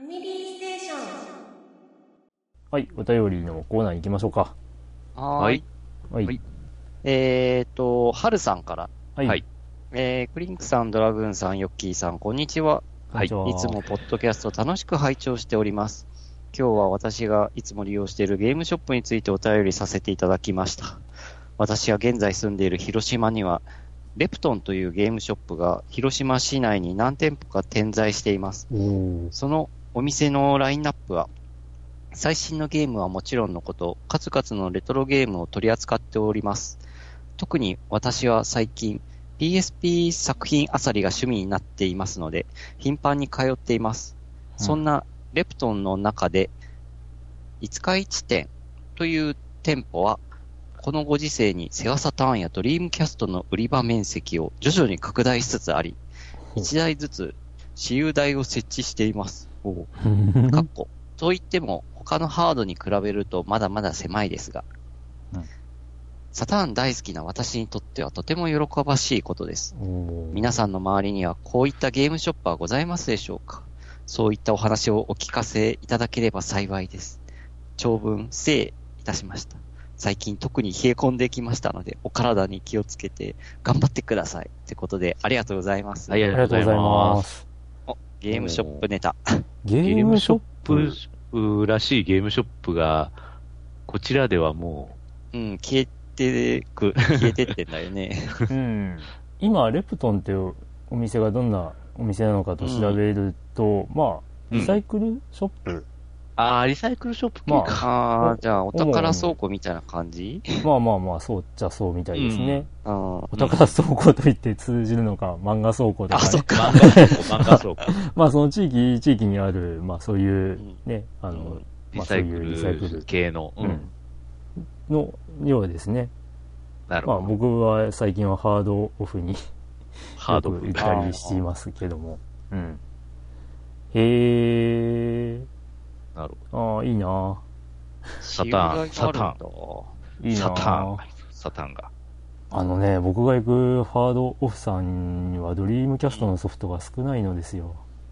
ァミリーステーション。 はい、お便りのコーナー行きましょうか。 はい。 はい。 はいはるさんから。 はい。 はい。クリンクさん、ドラグーンさん、ヨッキーさん、こんにちは。 はい。 いつもポッドキャスト楽しく拝聴しております。今日は私がいつも利用しているゲームショップについてお便りさせていただきました。私が現在住んでいる広島には、レプトンというゲームショップが広島市内に何店舗か点在しています。そのお店のラインナップは、最新のゲームはもちろんのこと、数々のレトロゲームを取り扱っております。特に私は最近 PSP 作品漁りが趣味になっていますので、頻繁に通っています。そんなレプトンの中で、五日市店という店舗は、このご時世にセガサターンやドリームキャストの売り場面積を徐々に拡大しつつあり、1台ずつ私有台を設置しています。かっこといっても他のハードに比べるとまだまだ狭いですが、サターン大好きな私にとってはとても喜ばしいことです。皆さんの周りにはこういったゲームショップはございますでしょうか？そういったお話をお聞かせいただければ幸いです。長文失礼いたしました。最近特に冷え込んできましたので、お体に気をつけて頑張ってください。ってことで、ありがとうございます。 ありがとうございます。 ゲームショップネタ。 ゲームショップらしいゲームショップが、こちらではもう、消えてってんだよね。 今、レプトンっていうお店がどんなお店なのかと調べると、まあ、リサイクルショップ、 リサイクルショップ系か。じゃあ、お宝倉庫みたいな感じ？ まあ、そうっちゃそうみたいですね。お宝倉庫と言って通じるのか、漫画倉庫とか、ね。 そっか。 漫画倉庫。 まあ、その地域にある、まあ、そういうね、 リサイクル系の、 のようですね。 なるほど。 まあ、僕は最近はハードオフによく行ったりしていますけども。へー。 なるほど。いいなサターン。 いいなサターンが。 僕が行くハードオフさんにはドリームキャストのソフトが少ないのですよ。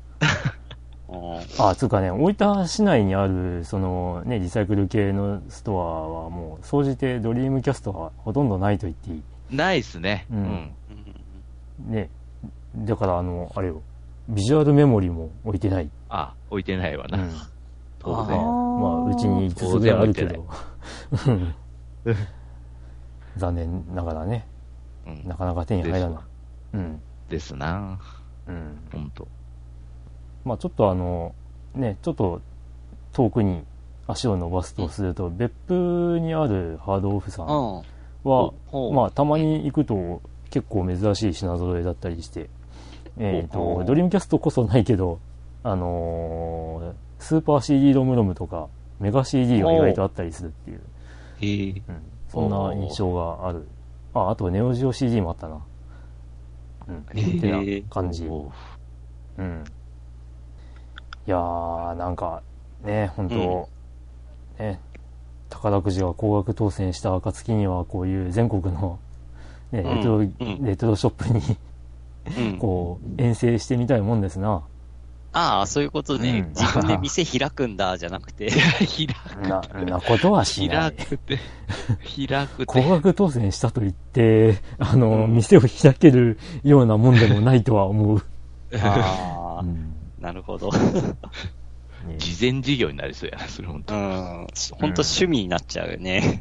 つうかね、大分市内にある、そのね、リサイクル系のストアはもう、総じてドリームキャストはほとんどないと言っていい。 ないっすね。 ね、だからあれよ、ビジュアルメモリも置いてない。 置いてないわな。当然。 まあ、うちに5つぐらいあるけど。残念ながらね。なかなか手に入らない。 ですな。ほんと。 まあちょっとちょっと遠くに足を伸ばすとすると、別府にあるハードオフさんは、まあたまに行くと結構珍しい品揃えだったりして、ドリームキャストこそないけど、スーパー CD ロムロムとかメガ CD が意外とあったりするっていう、そんな印象がある。あとネオジオ CD もあったな。ってな感じ。いやー、なんかね、本当、ね、宝くじが高額当選した暁にはこういう全国の、ね、レトロショップにこう遠征してみたいもんですな。 そういうことね。自分で店開くんだじゃなくて。 なことはしない。 開くて。 高額当選したと言って、店を開けるようなもんでもないとは思う。 なるほど。 事前事業になりそうやな、それ本当。 本当趣味になっちゃうよね。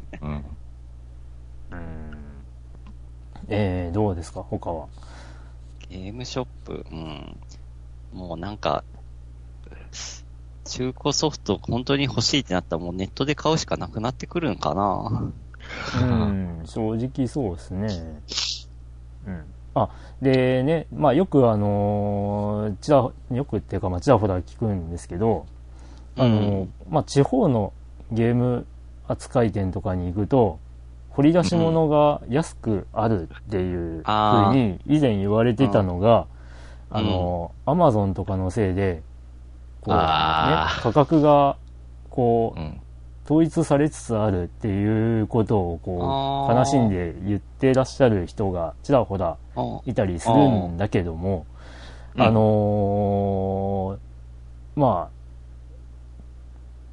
どうですか、他は。 ゲームショップ、もうなんか、中古ソフト本当に欲しいってなったらもうネットで買うしかなくなってくるんかな。 正直そうですね。でね、まあよくよくっていうか、まあちらほら聞くんですけど、まあ地方のゲーム扱い店とかに行くと、掘り出し物が安くあるっていう風に以前言われてたのが、アマゾンとかのせいで、こうね、価格がこう、統一されつつあるっていうことをこう悲しんで言ってらっしゃる人がちらほらいたりするんだけども、まあ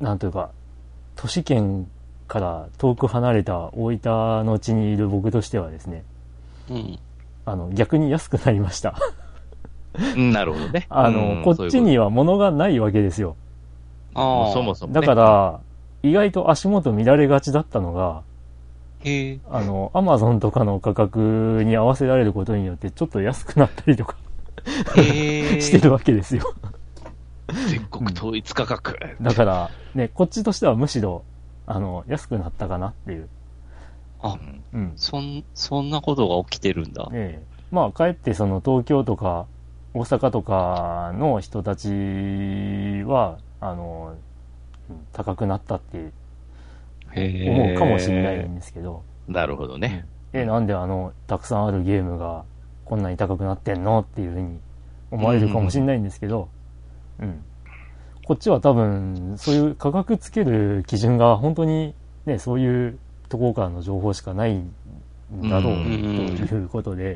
なんというか、都市圏から遠く離れた大分の地にいる僕としてはですね、 うん。 逆に安くなりました。 なるほどね。 こっちには物がないわけですよ。 ああ。 そもそも、ね。 だから、意外と足元見られがちだったのが、 へえ。 アマゾンとかの価格に合わせられることによってちょっと安くなったりとかしてるわけですよ。 全国統一価格。 だから、ね、こっちとしてはむしろ、安くなったかなっていう。 あ、 うん。 そんなことが起きてるんだ。 まあ、かえってその東京とか大阪とかの人たちは、高くなったって思うかもしれないんですけど。 なるほどね。 なんでたくさんあるゲームがこんなに高くなってんのっていうふうに思われるかもしれないんですけど、こっちは多分そういう価格つける基準が本当にね、そういうところからの情報しかないんだろうということで、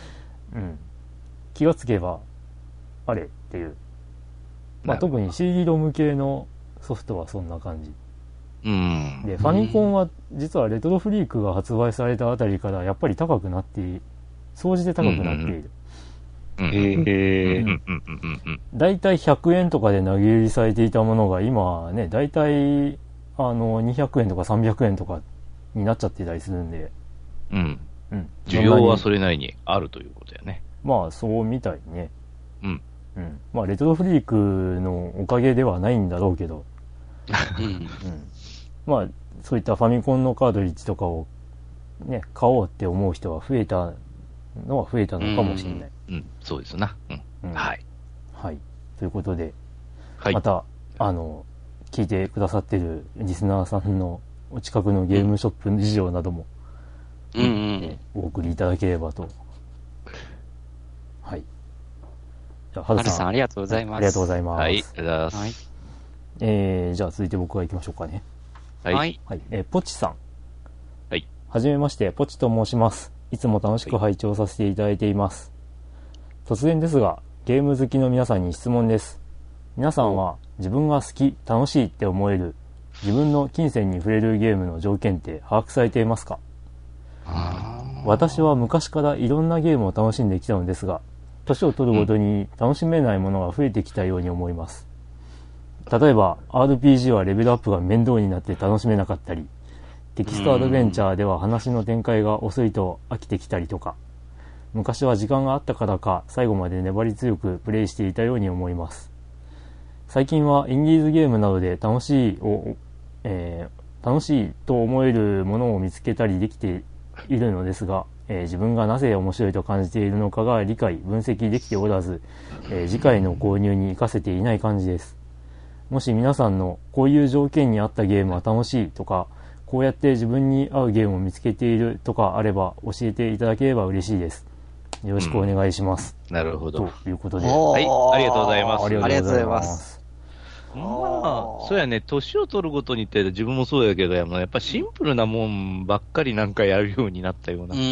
気がつけばあれっていう、まあ、特に CD ロム系のソフトはそんな感じで、ファミコンは実はレトロフリークが発売されたあたりからやっぱり高くなって総じて高くなっている。だいたい100円とかで投げ売りされていたものが今ね、だいたい200円とか300円とかになっちゃってたりするんで、 需要はそれなりにあるということやね。 まあそうみたいね。まあレトロフリークのおかげではないんだろうけど、まあそういったファミコンのカードリッジとかをね、買おうって思う人は増えたのかもしれない。 そうですな。はい。 はい。ということで、 はい、 また、聞いてくださってるリスナーさんのお近くのゲームショップ事情なども、お送りいただければと。はい。じゃあ、はるさん。 ありがとうございます。 ありがとうございます。 はい、ありがとうございます。はい、 じゃあ続いて僕が行きましょうかね。 はい。 はい。ポチさん。 はい。 はじめまして、ポチと申します。いつも楽しく拝聴させていただいています。突然ですが、ゲーム好きの皆さんに質問です。皆さんは自分が好き、楽しいって思える、自分の金銭に触れるゲームの条件って把握されていますか？私は昔からいろんなゲームを楽しんできたのですが、年を取るごとに楽しめないものが増えてきたように思います。例えば RPG はレベルアップが面倒になって楽しめなかったり、テキストアドベンチャーでは話の展開が遅いと飽きてきたりとか、昔は時間があったからか最後まで粘り強くプレイしていたように思います。最近はインディーズゲームなどで楽しいと思えるものを見つけたりできているのですが、自分がなぜ面白いと感じているのかが理解、分析できておらず、次回の購入に活かせていない感じです。もし皆さんのこういう条件に合ったゲームは楽しいとか、こうやって自分に合うゲームを見つけているとかあれば教えていただければ嬉しいです。よろしくお願いします。 なるほど。 ということで。 はい、ありがとうございます。 ありがとうございます。 まあ、そうやね、年を取るごとにって自分もそうやけど、やっぱシンプルなもんばっかりなんかやるようになったような。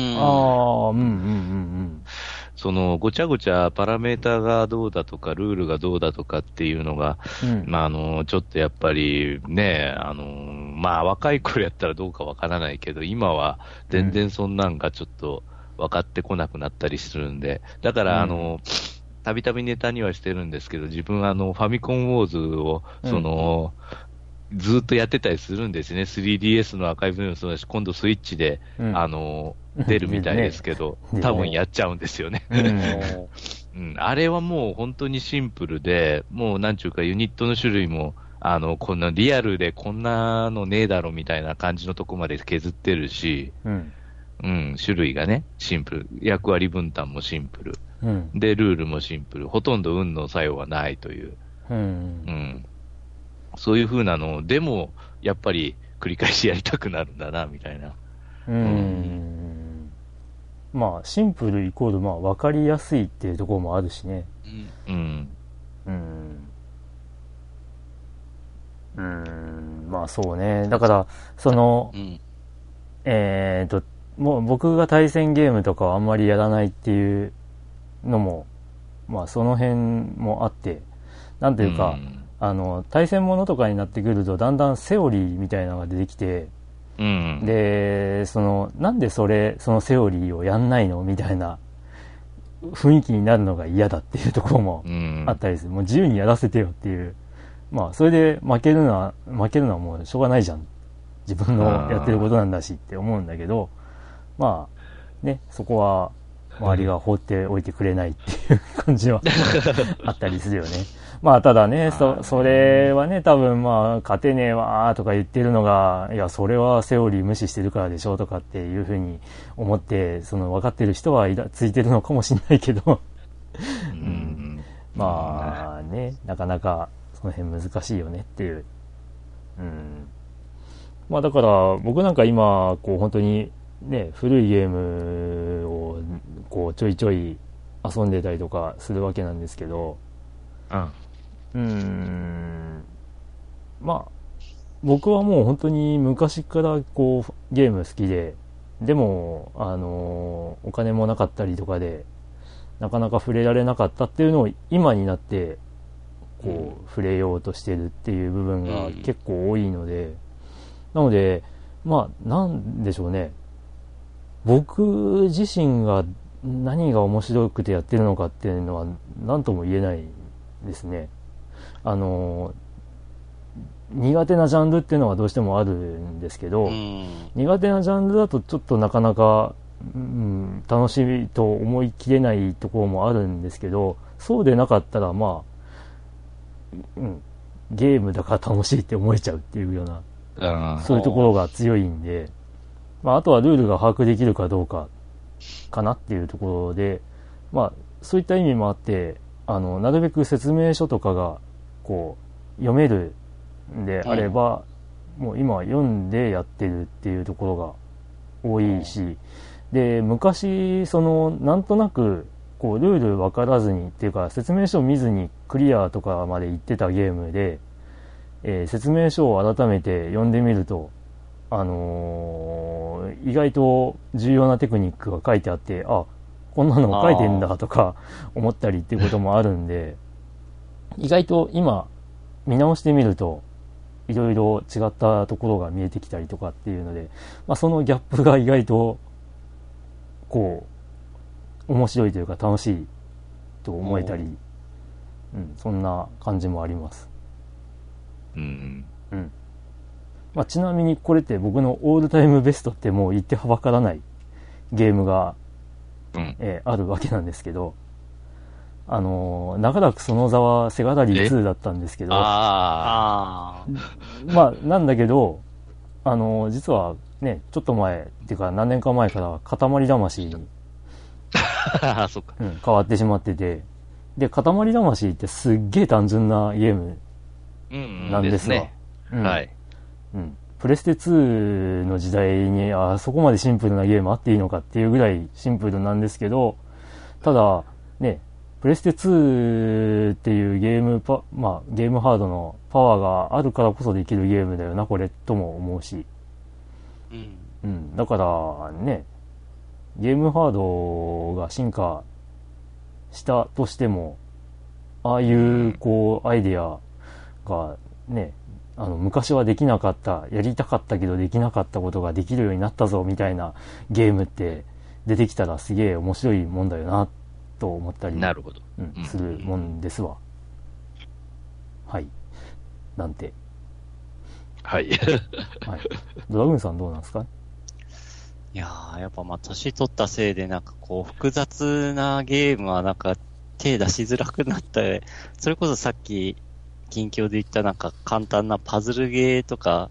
その、ごちゃごちゃパラメータがどうだとか、ルールがどうだとかっていうのが、まあちょっとやっぱりね、まあ若い頃やったらどうかわからないけど、今は全然そんなんがちょっと分かってこなくなったりするんで、だからたびたびネタにはしてるんですけど、自分ファミコンウォーズを、ずっとやってたりするんですね。3DS のアーカイブでもそうだし、今度スイッチで、出るみたいですけど、多分やっちゃうんですよね。あれはもう本当にシンプルで、もうなんちゅうかユニットの種類も、こんなリアルでこんなのねえだろみたいな感じのとこまで削ってるし、種類がね、シンプル。役割分担もシンプル。で、ルールもシンプル。ほとんど運の作用はないという。そういう風なのでも、やっぱり繰り返しやりたくなるんだな、みたいな。 まあ、シンプルイコール、まあ、わかりやすいっていうところもあるしね。まあそうね。だから、もう僕が対戦ゲームとかはあんまりやらないっていうのも、まあその辺もあって、なんというか、 対戦ものとかになってくると、だんだんセオリーみたいなのが出てきて、 うん。 で、なんでそのセオリーをやんないのみたいな雰囲気になるのが嫌だっていうところもあったりする。もう自由にやらせてよっていう。まあ、それで負けるのはもうしょうがないじゃん。自分のやってることなんだしって思うんだけど、まあ、ね、そこは周りが放っておいてくれないっていう感じはあったりするよね。まあ、ただね、それはね、多分まあ、勝てねえわーとか言ってるのが、いや、それはセオリー無視してるからでしょとかっていうふうに思って、分かってる人はついてるのかもしれないけど、うん、まあね、なかなかその辺難しいよねっていう。うん。まあだから僕なんか今こう本当にね古いゲームをこうちょいちょい遊んでたりとかするわけなんですけど、まあ僕はもう本当に昔からこうゲーム好きで、でもお金もなかったりとかでなかなか触れられなかったっていうのを今になってこう触れようとしてるっていう部分が結構多いので、なのでまあなんでしょうね、僕自身が何が面白くてやってるのかっていうのは何とも言えないですね。苦手なジャンルっていうのはどうしてもあるんですけど、苦手なジャンルだとちょっとなかなか、楽しみと思い切れないところもあるんですけど、そうでなかったらまあ、ゲームだから楽しいって思えちゃうっていうような、そういうところが強いんで、まあ、あとはルールが把握できるかどうかかなっていうところで、まあ、そういった意味もあって、なるべく説明書とかがこう読めるんであれば、もう今は読んでやってるっていうところが多いし、で昔なんとなくこうルール分からずにっていうか説明書を見ずにクリアとかまで行ってたゲームで、説明書を改めて読んでみると、意外と重要なテクニックが書いてあって、あ、こんなの書いてんだとか思ったりっていうこともあるんで、意外と今見直してみるといろいろ違ったところが見えてきたりとかっていうので、まあ、そのギャップが意外とこう面白いというか楽しいと思えたり、そんな感じもあります。まあ、ちなみにこれって僕のオールタイムベストってもう言ってはばからないゲームが、あるわけなんですけど、長らくその座はセガダリー2だったんですけど、まあなんだけど、実はねちょっと前っていうか何年か前から塊魂にそっか、 変わってしまってて、で塊魂ってすっげえ単純なゲームなんですが、プレステ2の時代にそこまでシンプルなゲームあっていいのかっていうぐらいシンプルなんですけど、ただねプレステ2っていうゲームハードのパワーがあるからこそできるゲームだよなこれとも思うし、だからねゲームハードが進化したとしてもああいうこうアイデアがね昔はできなかったやりたかったけどできなかったことができるようになったぞみたいなゲームって出てきたらすげえ面白いもんだよなと思ったりするもんですわ。はいなんてはい、 はい、ドラグーンさんどうなんですか？ いやー、やっぱ年取ったせいでなんかこう複雑なゲームはなんか手出しづらくなった。それこそさっき近況で言ったなんか簡単なパズルゲーとか、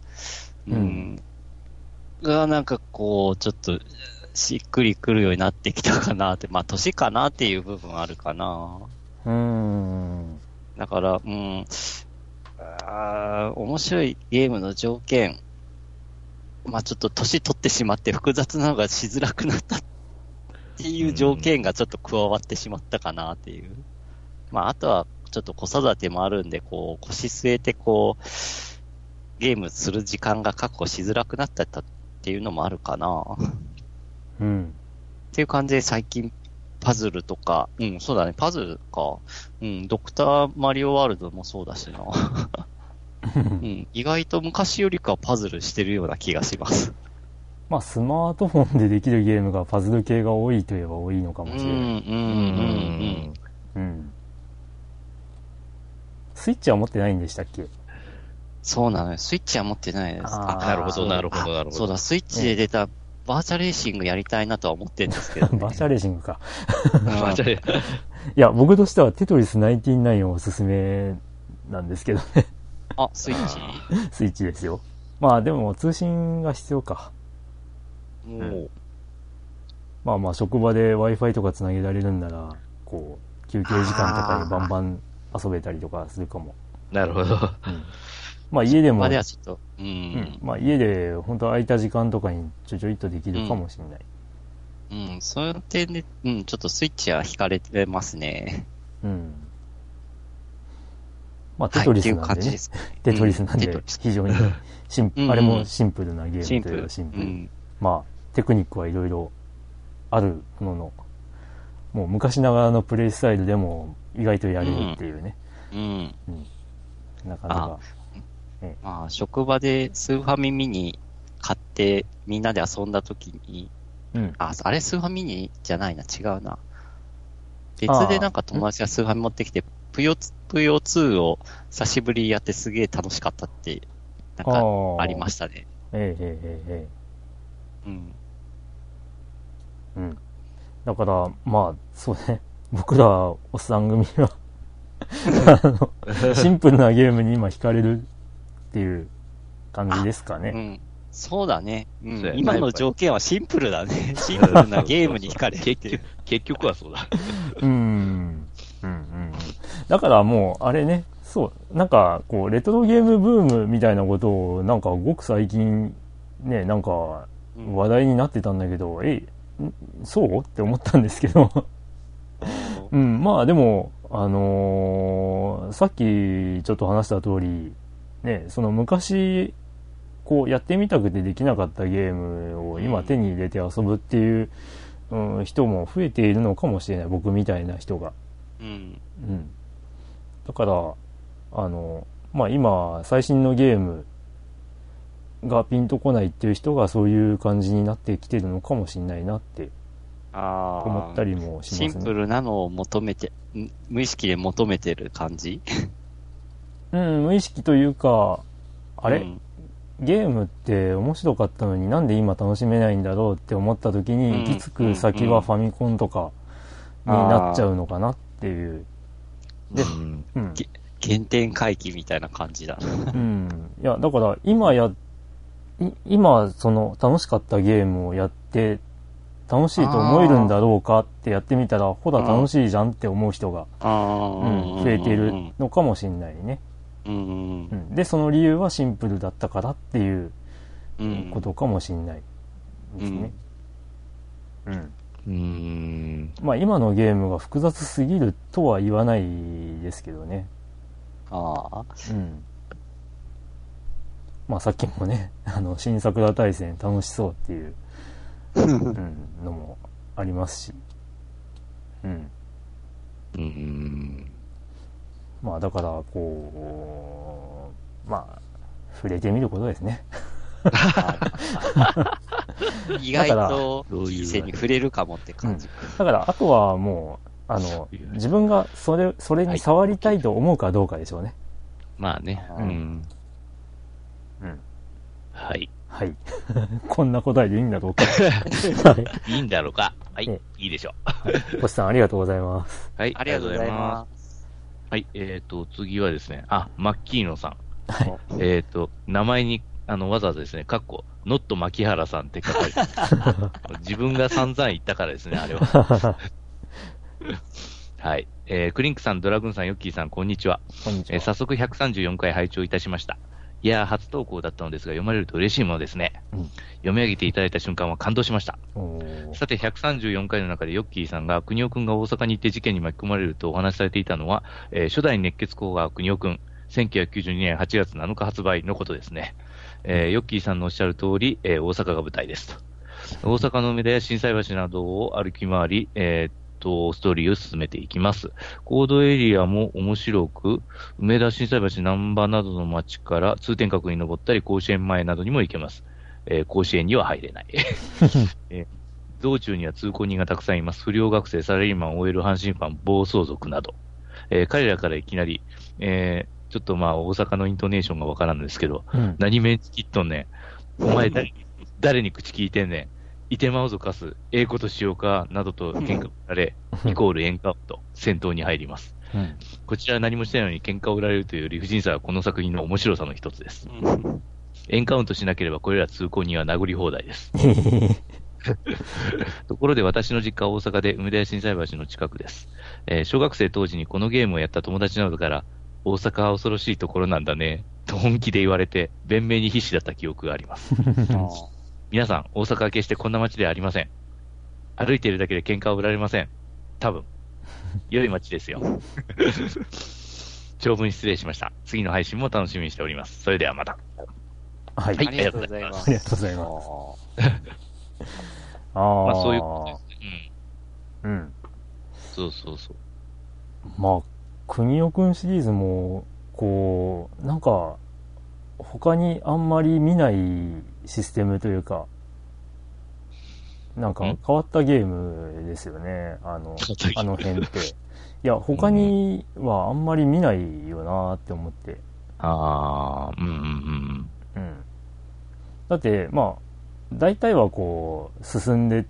がなんかこうちょっとしっくりくるようになってきたかなって、まあ年かなっていう部分あるかな。だから、面白いゲームの条件、まあちょっと年取ってしまって複雑なのがしづらくなったっていう条件がちょっと加わってしまったかなっていう。まああとはちょっと子育てもあるんで、こう腰据えてこうゲームする時間が確保しづらくなったっていうのもあるかな。っていう感じで最近パズルとか、そうだね、パズルか。ドクターマリオワールドもそうだしな。意外と昔よりかはパズルしてるような気がします。 まあ、スマートフォンでできるゲームがパズル系が多いといえば多いのかもしれない。スイッチは持ってないんでしたっけ？ そうなのよ。スイッチは持ってないです。 なるほど、なるほど、なるほど。 そうだ、スイッチで出たバーチャレーシングやりたいなとは思ってるんですけど、ね。 バーチャレーシングか。 バーチャレーいや、僕としてはテトリス99おすすめなんですけどね。 スイッチスイッチですよ。まあでも通信が必要か。まあまあ職場で Wi-Fi とかつなげられるんなら、こう、休憩時間とかにバンバン遊べたりとかするかも。 なるほど。 まあ家でも、 まあちょっと、 まあ家で本当空いた時間とかにちょいとできるかもしれない。 そういう点で、ちょっとスイッチは惹かれてますね。 まあテトリスなんでね。テトリスなんで非常にあれもシンプルなゲームというかシンプル。まあテクニックはいろいろあるものの、もう昔ながらのプレイスタイルでも意外とやれるっていうね。なかなか。 まあ、職場でスーファミミニ買ってみんなで遊んだ時に、あれスーファミミニじゃないな、違うな。別でなんか友達がスーファミ持ってきて、ぷよ2を久しぶりにやってすげえ楽しかったって、なんかありましたね。 だから、まあ、そうね。僕らおっさん組はシンプルなゲームに今惹かれるっていう感じですかね。 そうだね。今の条件はシンプルだね。シンプルなゲームに惹かれるっていう。 結局はそうだ。 だからもう、あれね、そう、なんか、こう、レトロゲームブームみたいなことを、なんか、ごく最近、ね、なんか、話題になってたんだけど、そうって思ったんですけど。まあでも、さっきちょっと話した通り、ね、その昔、こうやってみたくてできなかったゲームを今手に入れて遊ぶっていう、人も増えているのかもしれない。僕みたいな人が。だから、まあ今、最新のゲームがピンとこないっていう人がそういう感じになってきてるのかもしれないなって思ったりもしますね。 シンプルなのを求めて、無意識で求めてる感じ無意識というか、ゲームって面白かったのになんで今楽しめないんだろうって思った時に、行き着く先はファミコンとかになっちゃうのかなっていう。 で、原点回帰みたいな感じだ。 いや、だから今その楽しかったゲームをやって楽しいと思えるんだろうかってやってみたら、ほら楽しいじゃんって思う人が増えているのかもしれないね。で、その理由はシンプルだったからっていうことかもしれないですね。まあ今のゲームが複雑すぎるとは言わないですけどね。まあさっきもね、新作田大戦楽しそうっていう、のもありますし。まあだから、こう、まあ、触れてみることですね。 意外といい線に触れるかもって感じ。 だから、あとはもう、自分がそれに触りたいと思うかどうかでしょうね。 まあね。はい。 はい。こんな答えでいいんだろうか。 いいんだろうか。はい。いいでしょう。星さんありがとうございます。 はい。ありがとうございます。 はい。次はですね、マッキーノさん。名前に、わざわざですね、ノット牧原さんって書かれて自分が散々言ったからですね、あれは。はい。クリンクさん、ドラグーンさん、ヨッキーさん、こんにちは。 こんにちは。 早速134回拝聴いたしました。いやー、初投稿だったのですが、読まれると嬉しいものですね。読み上げていただいた瞬間は感動しました。さて、134回の中でヨッキーさんが、国尾くんが大阪に行って事件に巻き込まれるとお話しされていたのは、初代熱血工学国尾くん、1992年8月7日発売のことですね。ヨッキーさんのおっしゃる通り、大阪が舞台ですと。大阪の梅田や心斎橋などを歩き回り、 ストーリーを進めていきます。コードエリアも面白く、梅田、心斎橋、難波などの街から通天閣に登ったり、甲子園前などにも行けます。甲子園には入れない。道中には通行人がたくさんいます。不良学生、サラリーマン、OL、阪神ファン、暴走族など。彼らからいきなり、ちょっとまあ大阪のイントネーションがわからんのですけど、何メンチ切っとんねん。お前誰に口聞いてんねん。いてまうぞかす。ええことしようか、などと喧嘩を売られ、イコールエンカウント、戦闘に入ります。こちらは何もしてないのに喧嘩を売られるという理不尽さはこの作品の面白さの一つです。エンカウントしなければこれら通行人は殴り放題です。ところで私の実家は大阪で梅田や心斎橋の近くです。小学生当時にこのゲームをやった友達などから大阪は恐ろしいところなんだねと本気で言われて弁明に必死だった記憶があります。皆さん、大阪は決してこんな街ではありません。歩いているだけで喧嘩を売られません。多分。良い街ですよ。長文失礼しました。次の配信も楽しみにしております。それではまた。 はい。 ありがとうございます。 ありがとうございます。 まあそういうことです。そうそうそう。 まあ、国尾くんシリーズも、こう、なんか、他にあんまり見ないシステムというか、なんか変わったゲームですよね。あの辺って。いや、他にはあんまり見ないよなって思って。だって、まあ、大体はこう、進んでって、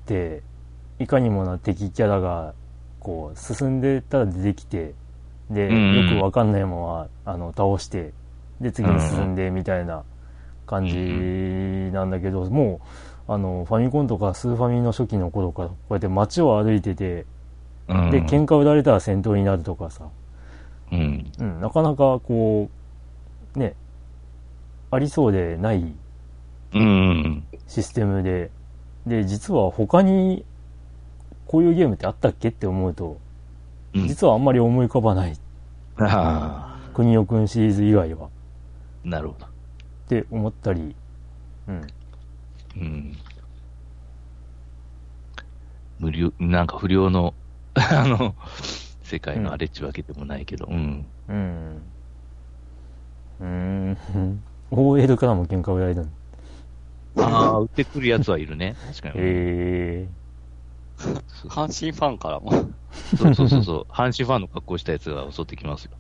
いかにもな敵キャラが、こう、進んでったら出てきて、で、よくわかんないまま、倒して、で、次に進んで、みたいな感じなんだけど、もう、ファミコンとかスーファミの初期の頃から、こうやって街を歩いてて、で、喧嘩売られたら戦闘になるとかさ、なかなかこう、ね、ありそうでないシステムで、で、実は他にこういうゲームってあったっけって思うと、実はあんまり思い浮かばない。国尾くんシリーズ以外は。 なるほど。 って思ったり、 なんか不良の、世界のあれっちゅうわけでもないけど、 OL からも喧嘩を売られたの。 売ってくるやつはいるね。確かに。 阪神ファンからも。 そう。阪神ファンの格好したやつが襲ってきますよ。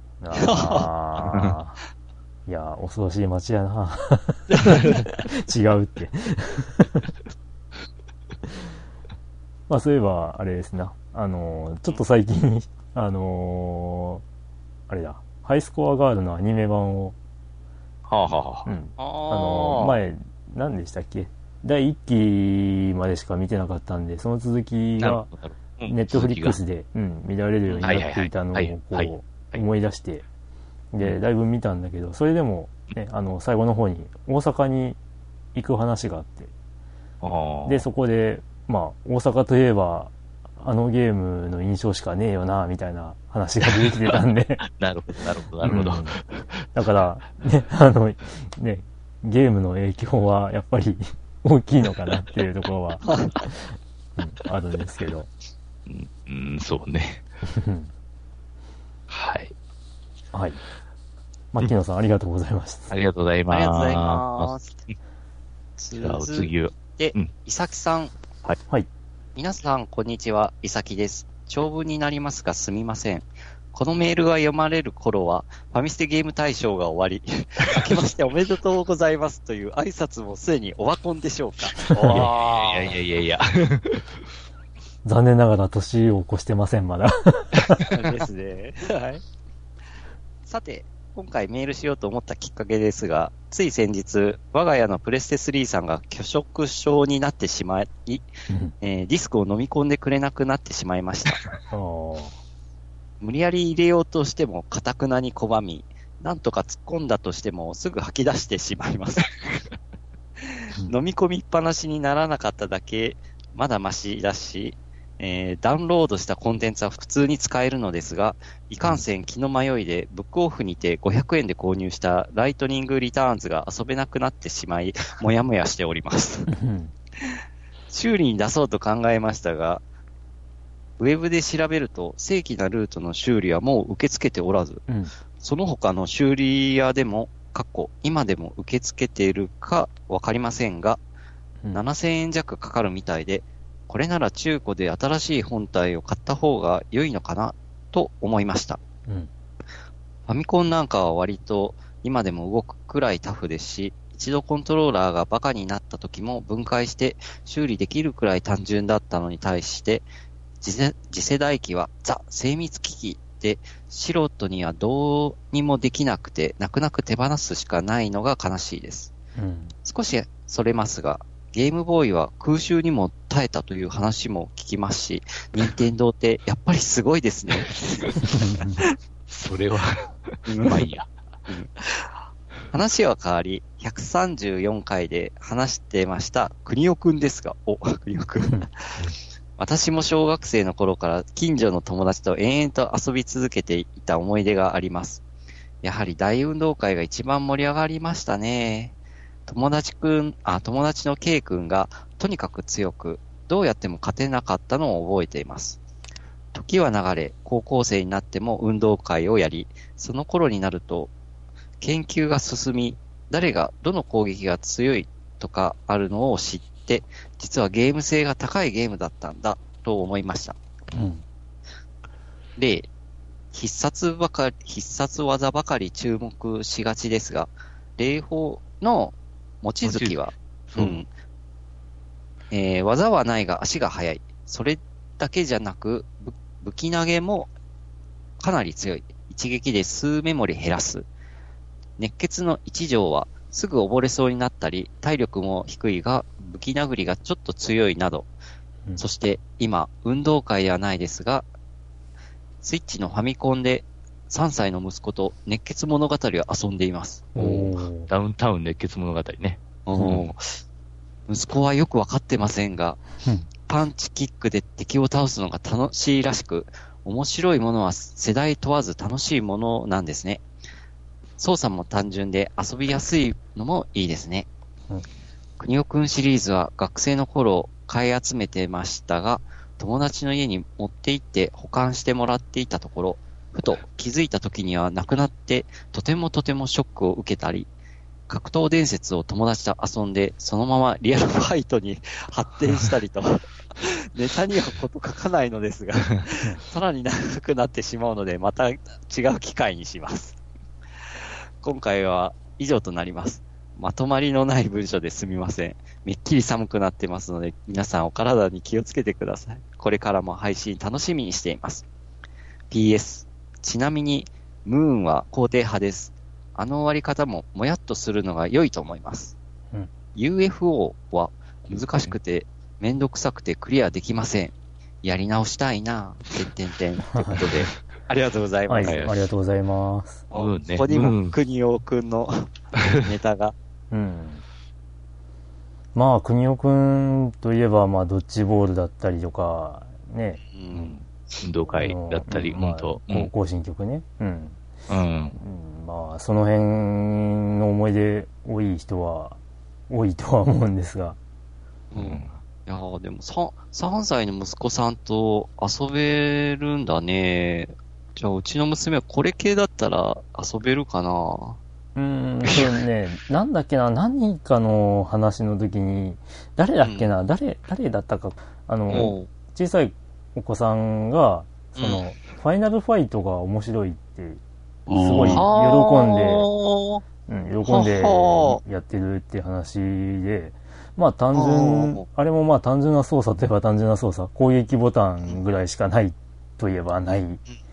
いや、恐ろしい街やな。違うって。まあそういえば、あれですな。ちょっと最近、あれだ、ハイスコアガールのアニメ版を、前、何でしたっけ？第1期までしか見てなかったんで、その続きが、ネットフリックスで、見られるようになっていたのを、こう、思い出して、で、だいぶ見たんだけど、それでも、ね、最後の方に、大阪に行く話があって、で、そこで、まあ、大阪といえば、あのゲームの印象しかねえよな、みたいな話が出てきてたんで。 なるほど。 だから、ね、ゲームの影響はやっぱり大きいのかなっていうところは、あるんですけど。 そうね。はい。 はい。牧野さん、ありがとうございます。 ありがとうございます。 ありがとうございます。 じゃあ、お次は。 で、いさきさん。 はい。 皆さん、こんにちは。いさきです。長文になりますが、すみません。このメールが読まれる頃は、ファミステゲーム大賞が終わり、明けましておめでとうございますという挨拶もすでにオワコンでしょうか。 いや。 残念ながら年を越してません、まだ。 ですね。はい。さて、今回メールしようと思ったきっかけですが、つい先日、我が家のプレステ3さんが拒食症になってしまい、ディスクを飲み込んでくれなくなってしまいました。無理やり入れようとしても堅くなに拒み、なんとか突っ込んだとしてもすぐ吐き出してしまいます。飲み込みっぱなしにならなかっただけ、まだマシだし、ダウンロードしたコンテンツは普通に使えるのですが、いかんせん気の迷いでブックオフにて500円で購入したライトニングリターンズが遊べなくなってしまい、もやもやしております。修理に出そうと考えましたが、 ウェブで調べると正規なルートの修理はもう受け付けておらず、その他の修理屋でも、今でも受け付けているかわかりませんが、7000円弱かかるみたいで、これなら中古で新しい本体を買った方が良いのかなと思いました。ファミコンなんかは割と今でも動くくらいタフですし、一度コントローラーがバカになった時も分解して修理できるくらい単純だったのに対して、次世代機はザ・精密機器で素人にはどうにもできなくて泣く泣く手放すしかないのが悲しいです。少しそれますが、ゲームボーイは空襲にも耐えたという話も聞きますし、任天堂ってやっぱりすごいですね。 それは、まあいいや。 話は変わり、134回で話してました国尾くんですが、国尾くん。私も小学生の頃から近所の友達と延々と遊び続けていた思い出があります。やはり大運動会が一番盛り上がりましたね。友達の K 君がとにかく強く、どうやっても勝てなかったのを覚えています。時は流れ、高校生になっても運動会をやり、その頃になると、研究が進み、誰がどの攻撃が強いとかあるのを知って、実はゲーム性が高いゲームだったんだと思いました。例、必殺技ばかり注目しがちですが、霊法の望月は、技はないが足が速い。それだけじゃなく、武器投げもかなり強い。一撃で数メモリ減らす。熱血の一条はすぐ溺れそうになったり、体力も低いが武器殴りがちょっと強いなど。そして今、運動会ではないですが、スイッチのファミコンで3歳の息子と熱血物語を遊んでいます。 ダウンタウン熱血物語ね。 息子はよくわかってませんが、パンチキックで敵を倒すのが楽しいらしく、面白いものは世代問わず楽しいものなんですね。操作も単純で遊びやすいのもいいですね。国尾くんシリーズは学生の頃買い集めてましたが、友達の家に持って行って保管してもらっていたところ、ふと気づいた時にはなくなって、とてもショックを受けたり、格闘伝説を友達と遊んで、そのままリアルファイトに発展したりと、ネタにはこと書かないのですが、さらに長くなってしまうので、また違う機会にします。今回は以上となります。まとまりのない文章ですみません。めっきり寒くなってますので、皆さんお体に気をつけてください。これからも配信楽しみにしています。PS、ちなみに、ムーンは肯定派です。あの終わり方ももやっとするのが良いと思います。UFO は難しくてめんどくさくてクリアできません。やり直したいなぁ。ということで、ありがとうございます。 ありがとうございます。 ここにも国尾くんのネタが。 まあ、国尾くんといえば、まあ、ドッジボールだったりとか、ね。 運動会だったり、本当。 行進曲ね。まあ、その辺の思い出多い人は多いとは思うんですが。 いやーでも3歳の息子さんと遊べるんだね。じゃあうちの娘はこれ系だったら遊べるかな。 そうね、なんだっけな、何かの話の時に、誰だっけな、誰だったか、小さいお子さんが、ファイナルファイトが面白いって、すごい喜んでやってるって話で、まああれもまあ単純な操作といえば単純な操作、攻撃ボタンぐらいしかないといえばない。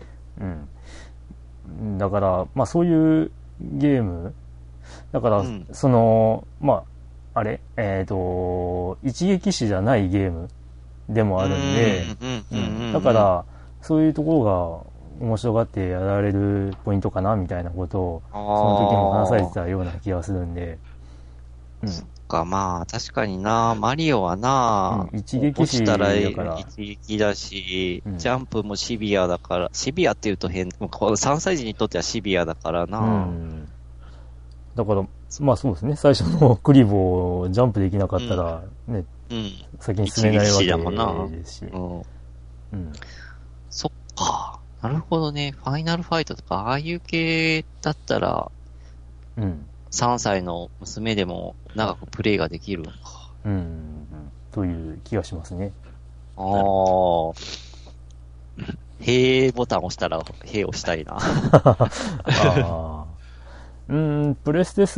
だから、まあそういうゲーム、だから、まあ、一撃死じゃないゲームでもあるんで、だから、そういうところが面白がってやられるポイントかなみたいなことをその時も話されてたような気がするんで、 そっか、まあ確かにな、マリオはな、 一撃死だから一撃だし、ジャンプもシビアだから、シビアって言うと変、3歳児にとってはシビアだからな。 だからまあそうですね、最初のクリボージャンプできなかったらね、先に進めないわけですし、 うん。 そっか。なるほどね。ファイナルファイトとか、ああいう系だったら、 うん。 3歳の娘でも長くプレイができるのか。 うん。という気がしますね。 ああ。へーボタン押したら、へー押したいな。 ああ。プレステ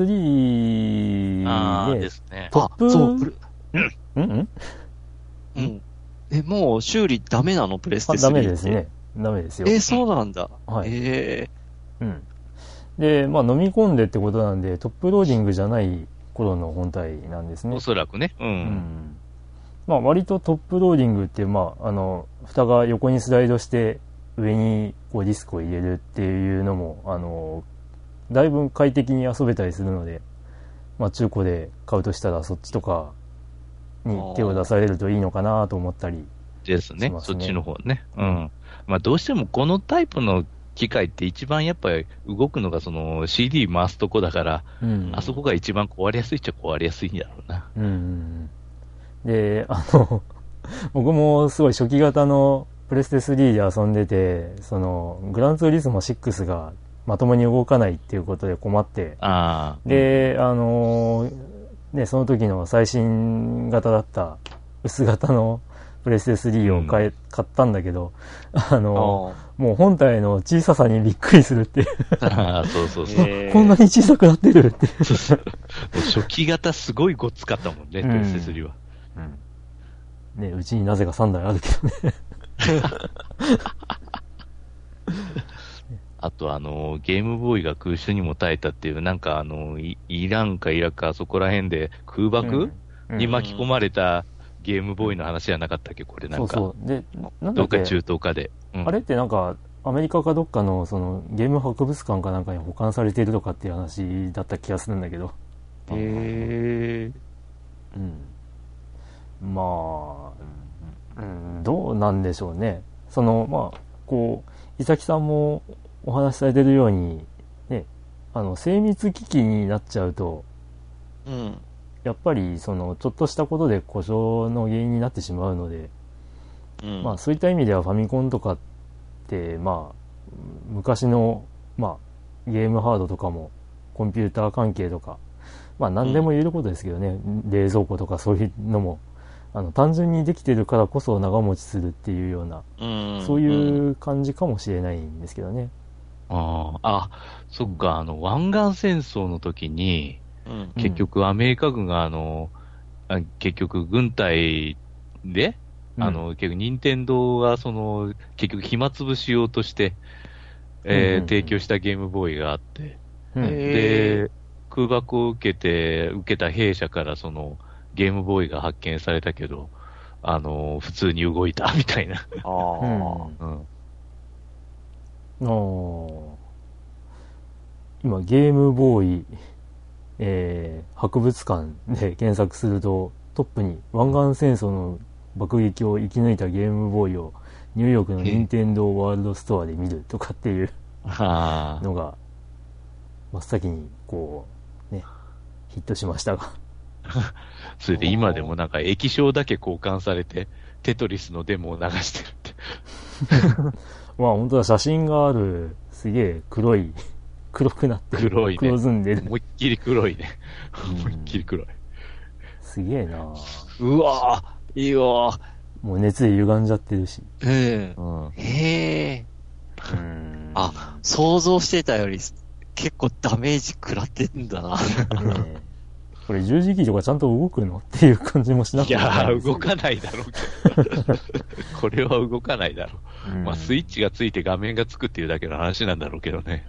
3ね、 ですね。 トップ、 そう、 うんうん。もう修理ダメなのプレステ3って。 ダメですね。ダメですよ。 そうなんだ。 はい。うん。で、まあ飲み込んでってことなんで、トップローディングじゃない頃の本体なんですね。 おそらくね。 まあ割とトップローディングって、まあ、蓋が横にスライドして上にこうディスクを入れるっていうのも、だいぶ快適に遊べたりするので、まあ中古で買うとしたらそっちとかに手を出されるといいのかなと思ったりですね。そっちの方ね。まあどうしてもこのタイプの機械って一番やっぱり動くのがその CD 回すとこだから、あそこが一番壊れやすいっちゃ壊れやすいんだろうな。 で、僕もすごい初期型のプレステ3で遊んでて、グランツーリスモ6がまともに動かないっていうことで困って、で、ね、その時の最新型だった薄型のプレステ3を買ったんだけど、もう本体の小ささにびっくりするっていうそう。 こんなに小さくなってるって初期型すごいごっつかったもんね、プレステ3は。 ね、うちになぜか3台あるけどねあとゲームボーイが空襲にも耐えたっていう、なんかイランかイラクかそこら辺で空爆、に巻き込まれたゲームボーイの話じゃなかったっけ、これなんか。 そう。で、なんだっけ、どっか中東かで。 あれってなんか、アメリカかどっかのゲーム博物館かなんかに保管されているとかっていう話だった気がするんだけど。まあ、どうなんでしょうね。まあ、こう、伊崎さんもお話しされてるように、ね、精密機器になっちゃうと、やっぱりちょっとしたことで故障の原因になってしまうので、まあそういった意味ではファミコンとかってまあ昔のまあゲームハードとかもコンピューター関係とかまあ何でも言えることですけどね、冷蔵庫とかそういうのも単純にできてるからこそ長持ちするっていうような、そういう感じかもしれないんですけどね。 そっか、湾岸戦争の時に、結局アメリカ軍が結局軍隊で、結局任天堂が結局暇つぶしようとして、提供したゲームボーイがあって、で、空爆を受けた兵舎からゲームボーイが発見されたけど、普通に動いたみたいな。 今ゲームボーイ博物館で検索するとトップに湾岸戦争の爆撃を生き抜いたゲームボーイをニューヨークの任天堂ワールドストアで見るとかっていうのが真っ先にこうねヒットしましたがそれで今でもなんか液晶だけ交換されてテトリスのデモを流してるってまあ本当だ、写真があるすげえ黒くなってる。 黒いね。 黒ずんでる。 思いっきり黒いね。思いっきり黒い。 すげえなうわぁ、いいわもう熱で歪んじゃってるし。 へえ。想像してたより結構ダメージ食らってんだな。 これ十字キーとかちゃんと動くのっていう感じもしなくて。 いやー、動かないだろうけど。これは動かないだろう。まあ、スイッチがついて画面がつくっていうだけの話なんだろうけどね。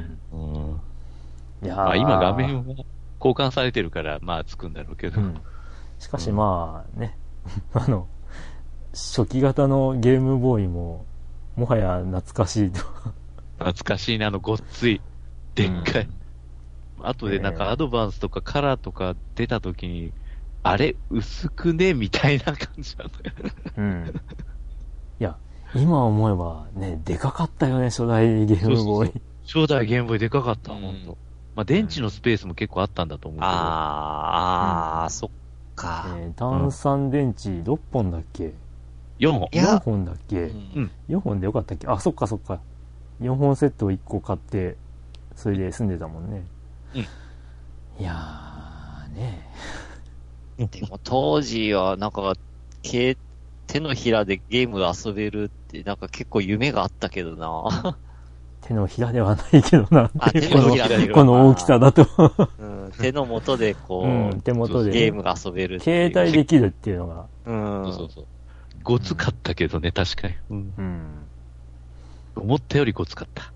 いやまあ、今画面は交換されてるから、まあ、つくんだろうけど。 しかしまあね、初期型のゲームボーイも、もはや懐かしいと。 懐かしいな、ごっつい。でっかい。後でなんかアドバンスとかカラーとか出た時に、あれ薄くねみたいな感じなんだよ。 いや、今思えばね、でかかったよね、初代ゲームボーイ。 初代ゲームボーイでかかった、ほんと。まあ、電池のスペースも結構あったんだと思うけど。 そっか。 単3電池6本だっけ？ い 4本。 いや 4本だっけ、 うん。 4 本でよかったっけ。あ、そっかそっか。4本セットを1個買って、それで住んでたもんね。いやー、ねでも当時はなんか、手のひらでゲームが遊べるってなんか結構夢があったけどな。 手のひらではないけどなあ、 っていう手のひらでこの大きさだと、 うん、手の元でこう、 うん、手元でゲームが遊べるっていう。 携帯できるっていうのが、 うん。 そうそう。ごつかったけどね、確かに。うん。 うん、 思ったよりごつかった。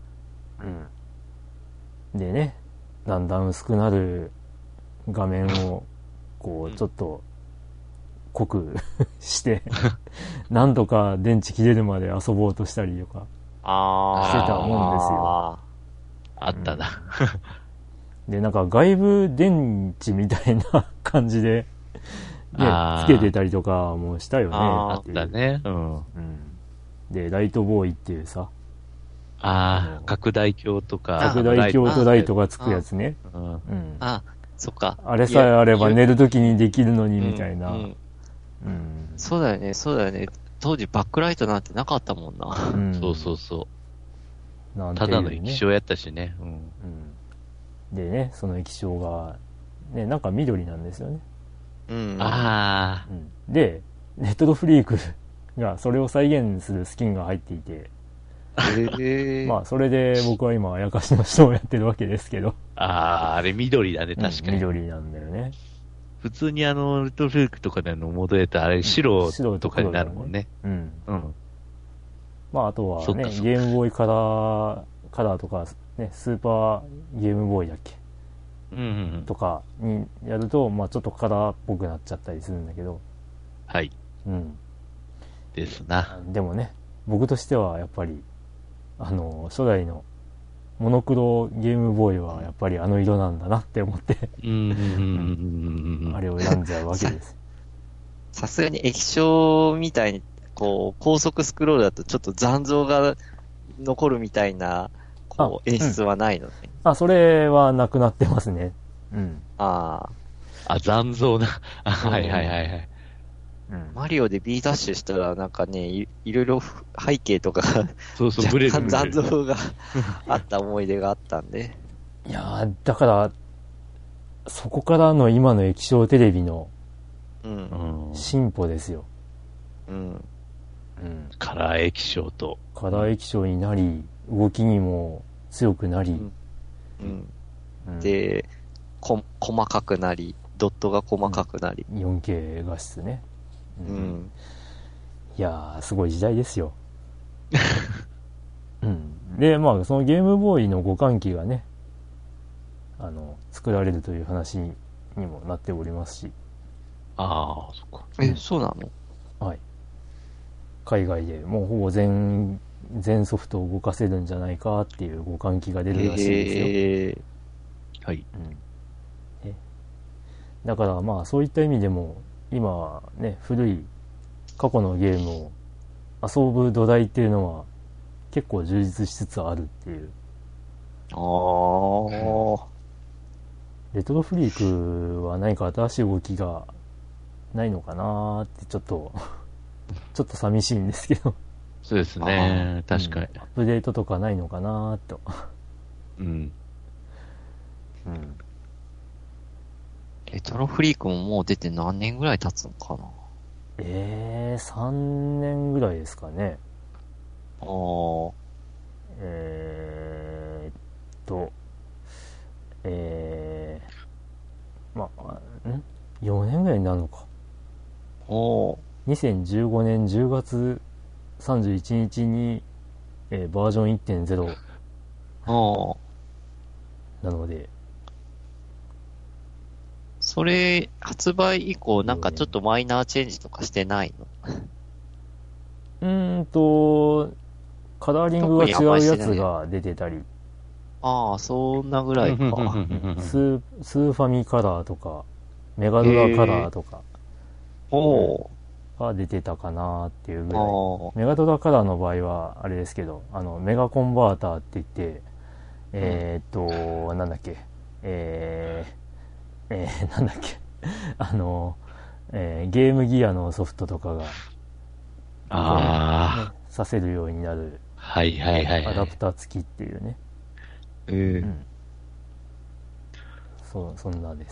うん。でね、だんだん薄くなる画面を、こう、ちょっと、濃くして、なんとか電池切れるまで遊ぼうとしたりとかしてたもんですよ。 あったな。 で、なんか外部電池みたいな感じで、ね、 あーつけてたりとかもしたよねあっっていう。 たね。うん。 うん。で、ライトボーイっていうさ、 ああ、拡大鏡とか。 拡大鏡とライトがつくやつね。 うん。 うん。 あ、そっか。 あれさえあれば寝るときにできるのにみたいな。 ううんん。 そうだよね、そうだよね。当時バックライトなんてなかったもんな。 うんそうそうそなんう。 ていうねただの液晶やったしね。うん。 うん。でね、その液晶が、ね、なんか緑なんですよね。 うん。 あうん。で、レトロフリークがそれを再現するスキンが入っていて、まあ、それで僕は今、あやかしの人をやってるわけですけど。 あ、ああ、あれ緑だね、確かに。 緑なんだよね。 普通にレトロフリークとかでのモードやったらあれ白とかになるもんね。 うん。 うん。 まあ、あとはね、 そっかそっかゲームボーイカラーとか、ね、スーパーゲームボーイだっけうんうんうん。 とかにやると、まあ、ちょっとカラーっぽくなっちゃったりするんだけど、 はい。 うん。 ですな。 でもね、僕としてはやっぱり、初代のモノクロゲームボーイはやっぱりあの色なんだなって思って、 うんうんうんうんうん。 あれを選んじゃうわけです。 さすがに液晶みたいに、こう、高速スクロールだとちょっと残像が残るみたいな、こう、演出はないのね。 あ、それはなくなってますね。うん。 ああ。 あ、残像な。あはいはいはいはい。 うん。 マリオで B ダッシュしたらなんかね、いろいろ背景とかがそうそう、ブレる若干ブレる。 残像があった思い出があったんで。 いやー、だから、そこからの今の液晶テレビのうん。 うん。 進歩ですよ。 うん。 うん。 カラー液晶と。 カラー液晶になり、動きにも強くなり、 うん。 うん、 で、細かくなり、ドットが細かくなり。 4K 画質ね。 うん。 いやー、すごい時代ですよ。うん。で、まあ、そのゲームボーイの互換機がね、作られるという話にもなっておりますし、 ああ、そっか。 そうなの？ はい。海外でもうほぼ全ソフトを動かせるんじゃないかっていう互換機が出るらしいですよ。 はい。 うん。ね。だからまあ、そういった意味でも、今ね、古い過去のゲームを遊ぶ土台っていうのは結構充実しつつあるっていう。 ああ。 レトロフリークは何か新しい動きがないのかなーってちょっと寂しいんですけど。 そうですね。確かに。 アップデートとかないのかなーと。 うん。 うん。 レトロフリークももう出て何年ぐらい経つのかな？ 3年ぐらいですかね。 ああ。 えーっと、まあ、4年ぐらいになるのか。 おー。 2015年10月31日に、バージョン 1.0 ああ。 なので、 それ、発売以降、なんかちょっとマイナーチェンジとかしてないの？ カラーリングが違うやつが出てたり、 ああ、そんなぐらいか。 スーファミカラーとか、メガドラカラーとかおー。 が出てたかなっていうぐあらい。 あ。 メガドラカラーの場合は、あれですけど、メガコンバーターって言って、なんだっけ、なんだっけ、ゲームギアのソフトとかがああ、 させるようになるはいはいはい、 アダプター付きっていうね。そんなです。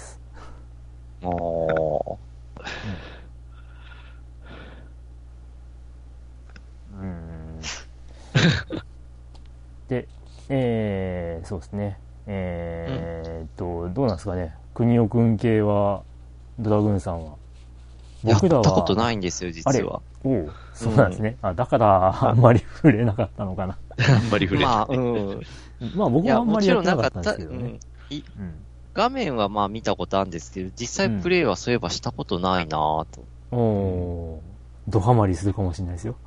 で、そうですね。どうなんですかね。国尾くん系は、ドラグーンさんは。 僕らは。やったことないんですよ、実は。 そうなんですね。だから、あんまり触れなかったのかな。 あんまり触れない。 まあ僕はあんまりやってなかったんですけどね。 画面はまあ見たことあるんですけど、実際プレイはそういえばしたことないなぁと。 ドハマりするかもしれないですよ。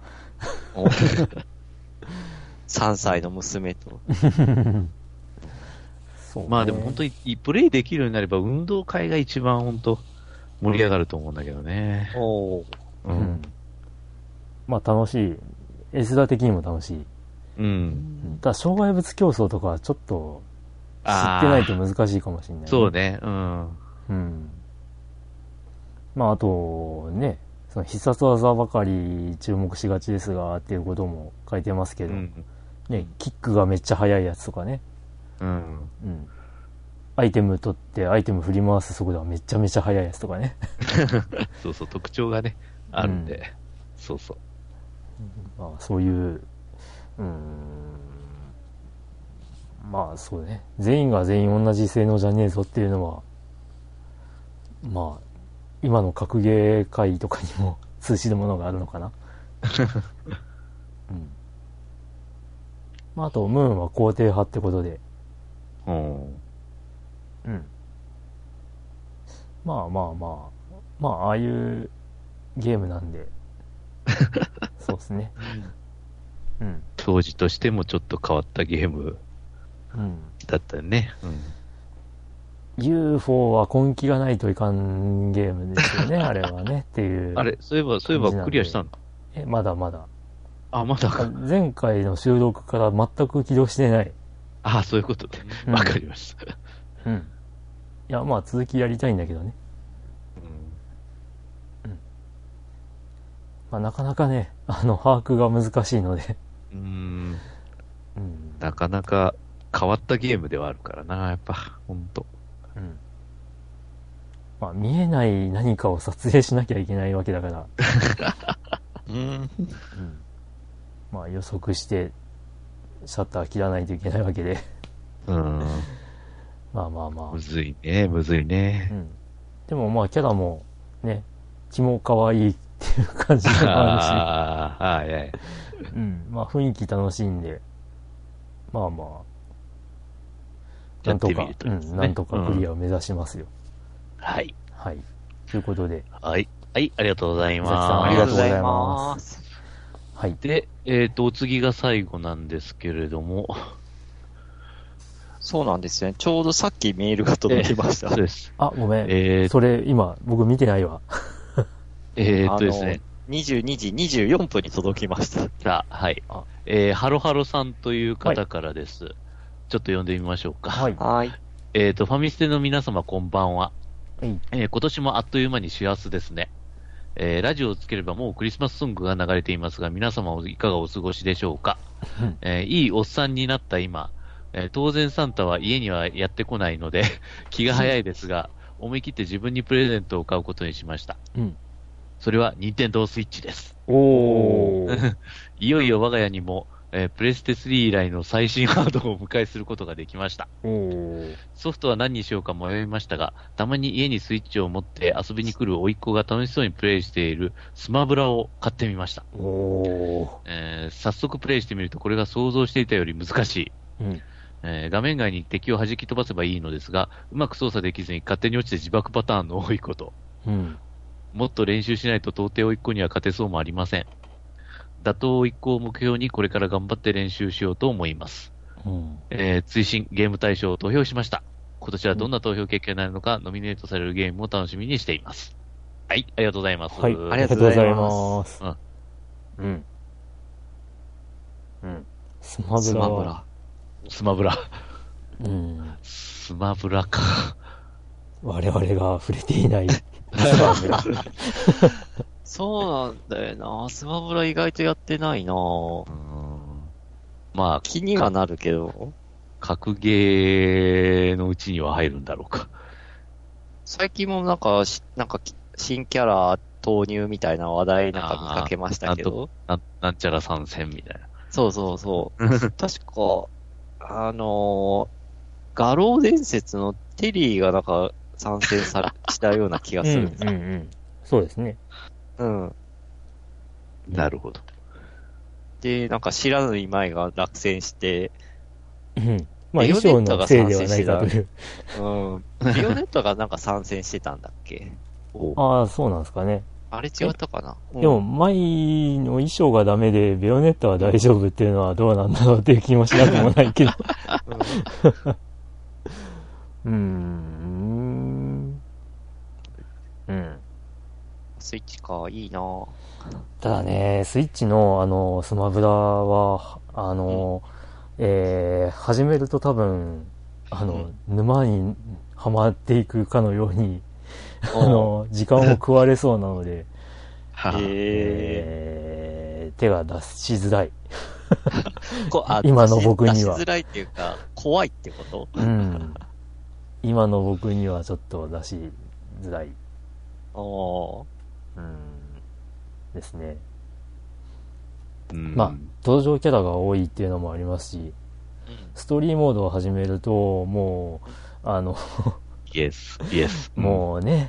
3歳の娘と。 そうね、まあでも本当にプレイできるようになれば運動会が一番本当盛り上がると思うんだけどね。 まあ楽しい。絵面的にも楽しい。ただ障害物競争とかはちょっと知ってないと難しいかもしれない、ね。 そうね。 まああとね、その必殺技ばかり注目しがちですがっていうことも書いてますけど、ね、キックがめっちゃ速いやつとかね。アイテム取ってアイテム振り回す速度はめちゃめちゃ速いやつとかね。 そうそう、特徴がね、あるんで。そうそう。 まあそういう、まあそうね。全員が全員同じ性能じゃねえぞっていうのは、まあ、今の格ゲー界とかにも通じるものがあるのかな。まああと、ムーンは肯定派ってことで。まあ、ああいうゲームなんで。そうですね。 当時としてもちょっと変わったゲームだったよね。 UFO は根気がないといかんゲームですよね、あれはね、っていう。 あれ、そういえばクリアしたの？ まだまだ。 まだか。 前回の収録から全く起動してない。 そういうことで。わかりました。 いや、まあ続きやりたいんだけどね。まあなかなかね、把握が難しいので。 なかなか変わったゲームではあるからな、やっぱ、ほんと。 まあ見えない何かを撮影しなきゃいけないわけだから。まあ予測して、シャッター切らないといけないわけで。まあ。 むずいね。 でもまあキャラもね、気も可愛いっていう感じがあるし。まあ雰囲気楽しいんで、まあ。なんとかクリアを目指しますよ。 はい。 ということで。 はい、ありがとうございます。 ありがとうございます。 で、お次が最後なんですけれども。 そうなんですね。ちょうどさっきメールが届きました。 そうです。 ごめん。それ、今、僕見てないわ。 ですね。 22時24分に届きました。 はい。ハロハロさんという方からです。ちょっと読んでみましょうか。ファミステの皆様こんばんは。今年もあっという間に師走ですね。ラジオをつければもうクリスマスソングが流れていますが、皆様いかがお過ごしでしょうか。いいおっさんになった今、当然サンタは家にはやってこないので気が早いですが、思い切って自分にプレゼントを買うことにしました。それは任天堂スイッチです。いよいよ我が家にも、プレステ3以来の最新ハードをお迎えすることができました。ソフトは何にしようか迷いましたが、たまに家にスイッチを持って遊びに来る甥っ子が楽しそうにプレイしているスマブラを買ってみました。早速プレイしてみるとこれが想像していたより難しい。画面外に敵を弾き飛ばせばいいのですが、うまく操作できずに勝手に落ちて自爆パターンの多いこと。もっと練習しないと到底甥っ子には勝てそうもありません。打倒甥っ子を目標にこれから頑張って練習しようと思います。追伸ゲーム大賞を投票しました。今年はどんな投票結果になるのか、ノミネートされるゲームを楽しみにしています。はい、ありがとうございます。 ありがとうございます。スマブラ。 スマブラか。 我々が触れていない。 そうなんだよな。スマブラ意外とやってないな。 まあ、 気にはなるけど。 格ゲーのうちには入るんだろうか。 最近もなんか新キャラ投入みたいな話題なんか見かけましたけど。 なんちゃら参戦みたいな。 そうそうそう。確か、画廊伝説のテリーがなんか参戦したような気がするんですよ。 そうですね。 うん。 なるほど。 で、なんか知らぬ前が落選して、 まあ衣装のせいではないかという。 うん。ビオネットがなんか参戦してたんだっけ？ ああ、そうなんですかね。 あれ違ったかな？ でも、舞の衣装がダメで、ベヨネットは大丈夫っていうのはどうなんだろうっていう気もしなくもないけど。 スイッチか、いいな。 ただね、スイッチのスマブラは、始めると多分、沼にはまっていくかのように、時間を食われそうなので、手が出しづらい。今の僕には。 出しづらいっていうか、怖いってこと？ 今の僕にはちょっと出しづらい。ですね。まあ、登場キャラが多いっていうのもありますし、ストーリーモードを始めると、もう、もうね、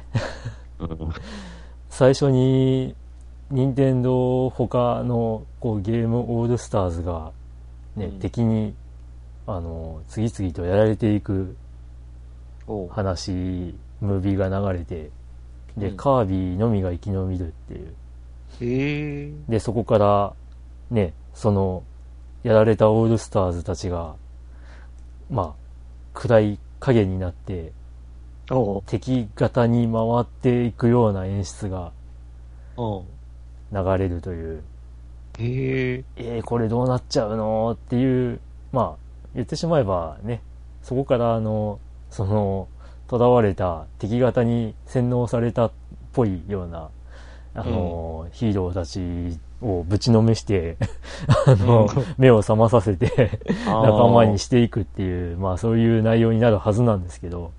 最初に、任天堂他のゲームオールスターズが、ね、敵に、次々とやられていく話、ムービーが流れて、で、カービィのみが生き延びるっていう。で、そこから、ね、やられたオールスターズたちが、まあ、暗い影になって、敵型に回っていくような演出が、流れるという。これどうなっちゃうのっていう、まあ、言ってしまえばね、そこから囚われた敵型に洗脳されたっぽいような、ヒーローたちをぶちのめして目を覚まさせて仲間にしていくっていう、まあそういう内容になるはずなんですけど、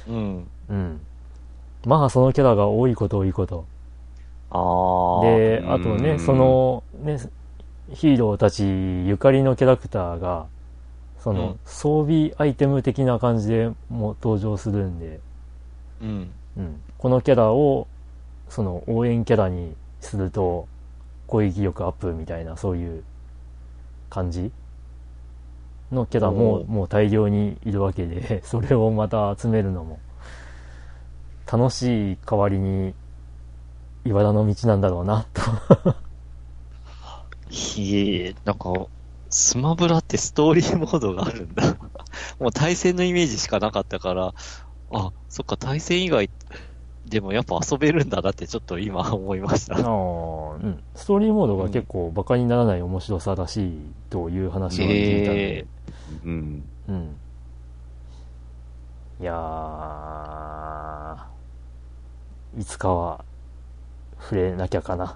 まあそのキャラが多いこと多いこと。で、あとね、ヒーローたちゆかりのキャラクターが、装備アイテム的な感じでも登場するんで、このキャラを、応援キャラにすると、攻撃力アップみたいな、そういう感じのキャラももう大量にいるわけで、それをまた集めるのも、楽しい代わりに、茨の道なんだろうな、と。 なんか、スマブラってストーリーモードがあるんだ。もう対戦のイメージしかなかったから、そっか、対戦以外でもやっぱ遊べるんだなってちょっと今思いました。 ストーリーモードが結構バカにならない面白さらしいという話を聞いたので。いやー、いつかは触れなきゃかな。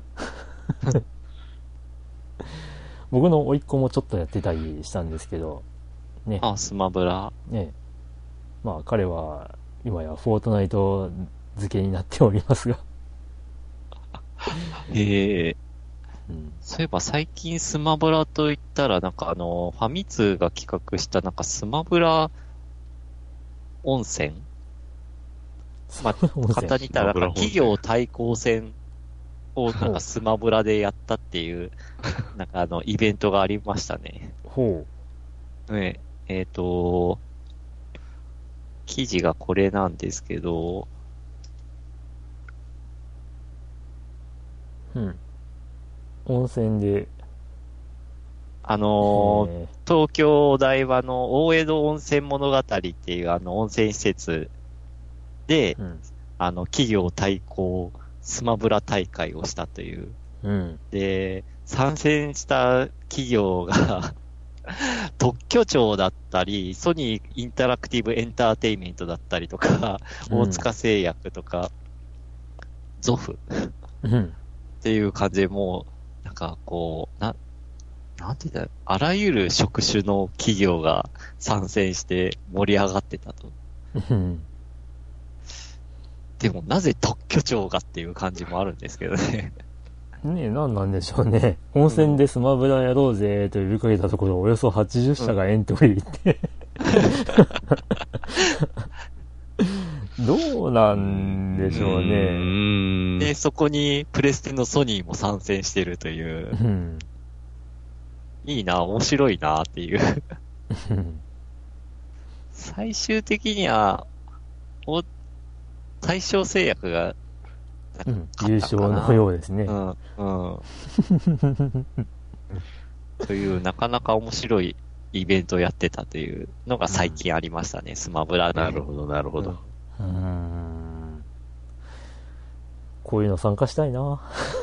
僕の甥っ子もちょっとやってたりしたんですけど、ね。 スマブラ。 ね。まあ彼は今やフォートナイト漬けになっておりますが。 そういえば最近スマブラといったらなんかファミ通が企画したなんかスマブラ温泉、まあ、簡単に言ったらなんか企業対抗戦をなんかスマブラでやったっていうなんかイベントがありましたね。ね、記事がこれなんですけど、 温泉で、 東京お台場の大江戸温泉物語っていう温泉施設で、企業対抗スマブラ大会をしたという。で、参戦した企業が特許庁だったり、ソニーインタラクティブエンターテイメントだったりとか、大塚製薬とか、ゾフ。 っていう感じでもう、なんかこう、なんて言ったら、あらゆる職種の企業が参戦して盛り上がってたと。でもなぜ特許庁がっていう感じもあるんですけどね。 ねえ、なんなんでしょうね。本戦でスマブラやろうぜと呼びかけたところ、およそ80社がエントリーって。どうなんでしょうね。 で、そこにプレステのソニーも参戦してるという。いいな、面白いなっていう。最終的には、大正製薬が、 優勝のようですね。 という、なかなか面白いイベントをやってたというのが最近ありましたね、スマブラで。 なるほど、なるほど。 こういうの参加したいな。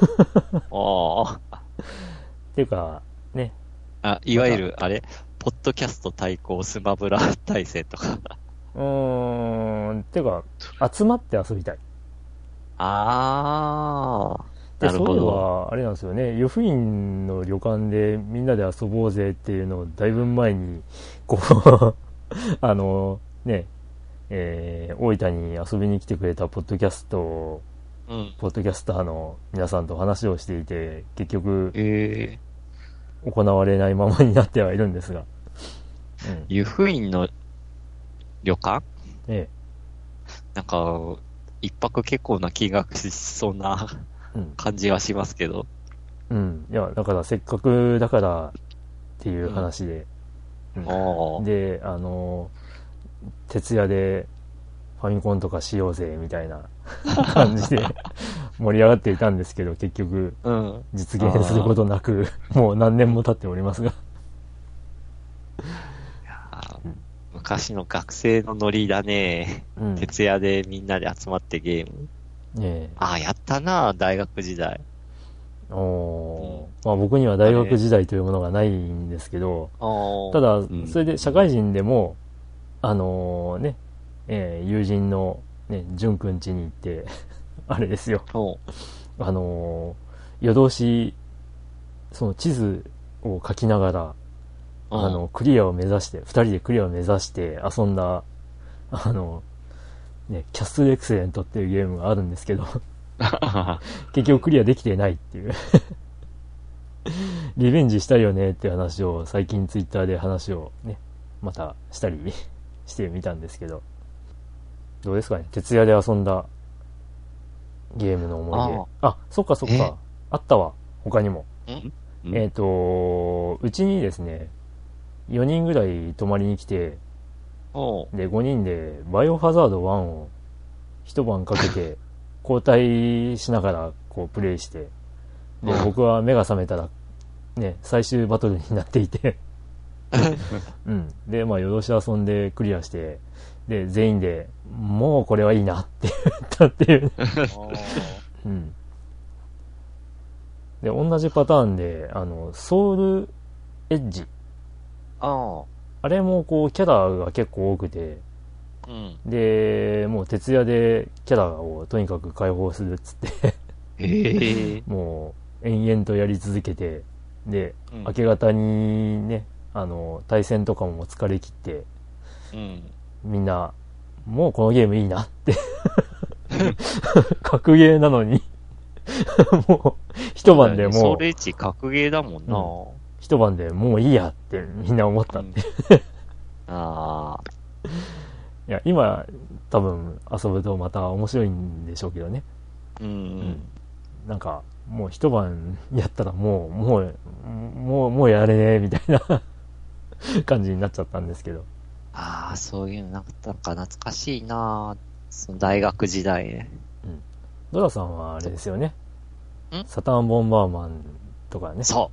っていうか、ね。 いわゆる、ポッドキャスト対抗スマブラ対戦とか。 ていうか、集まって遊びたい。で、そういうのは、あれなんですよね、湯布院の旅館でみんなで遊ぼうぜっていうのをだいぶ前に、こう、大分に遊びに来てくれたポッドキャスト、ポッドキャスターの皆さんと話をしていて、結局、行われないままになってはいるんですが。 湯布院の旅館？なんか、一泊結構な金額しそうな感じはしますけど。 いや、だからせっかくだからっていう話で。で、徹夜でファミコンとかしようぜみたいな感じで盛り上がっていたんですけど、結局、実現することなく、もう何年も経っておりますが。 昔の学生のノリだね。徹夜でみんなで集まってゲーム。やったな、大学時代。 まあ僕には大学時代というものがないんですけど、ただ、それで社会人でも、友人のね、淳くん家に行って、あれですよ。夜通し、その地図を書きながら、クリアを目指して、二人でクリアを目指して遊んだ、キャッスルエクセレントっていうゲームがあるんですけど、結局クリアできてないっていう。リベンジしたいよねっていう話を、最近ツイッターで話をね、またしたりしてみたんですけど、どうですかね、徹夜で遊んだゲームの思い出。そっか。あったわ、他にも。うちにですね、4人ぐらい泊まりに来て、で、5人でバイオハザード1を一晩かけて交代しながらこうプレイして、で、僕は目が覚めたらね、最終バトルになっていて、で、まあ夜通し遊んでクリアして、で、全員で、もうこれはいいなって言ったっていう、で、同じパターンで、ソウルエッジ。あれもこう、キャラが結構多くて、で、もう徹夜でキャラをとにかく解放するっつってもう、延々とやり続けて、で、明け方にね、対戦とかも疲れ切って、みんな、もうこのゲームいいなって。格ゲーなのに。もう、一晩でもう。 ソウルエッジ格ゲーだもんな。 一晩でもういいやってみんな思ったって。いや、今、多分遊ぶとまた面白いんでしょうけどね。なんか、もう一晩やったらもうやれねえみたいな感じになっちゃったんですけど。 そういうのなんか懐かしいな、その大学時代ね。 ドラさんはあれですよね。サターンボンバーマンとかね。 そう。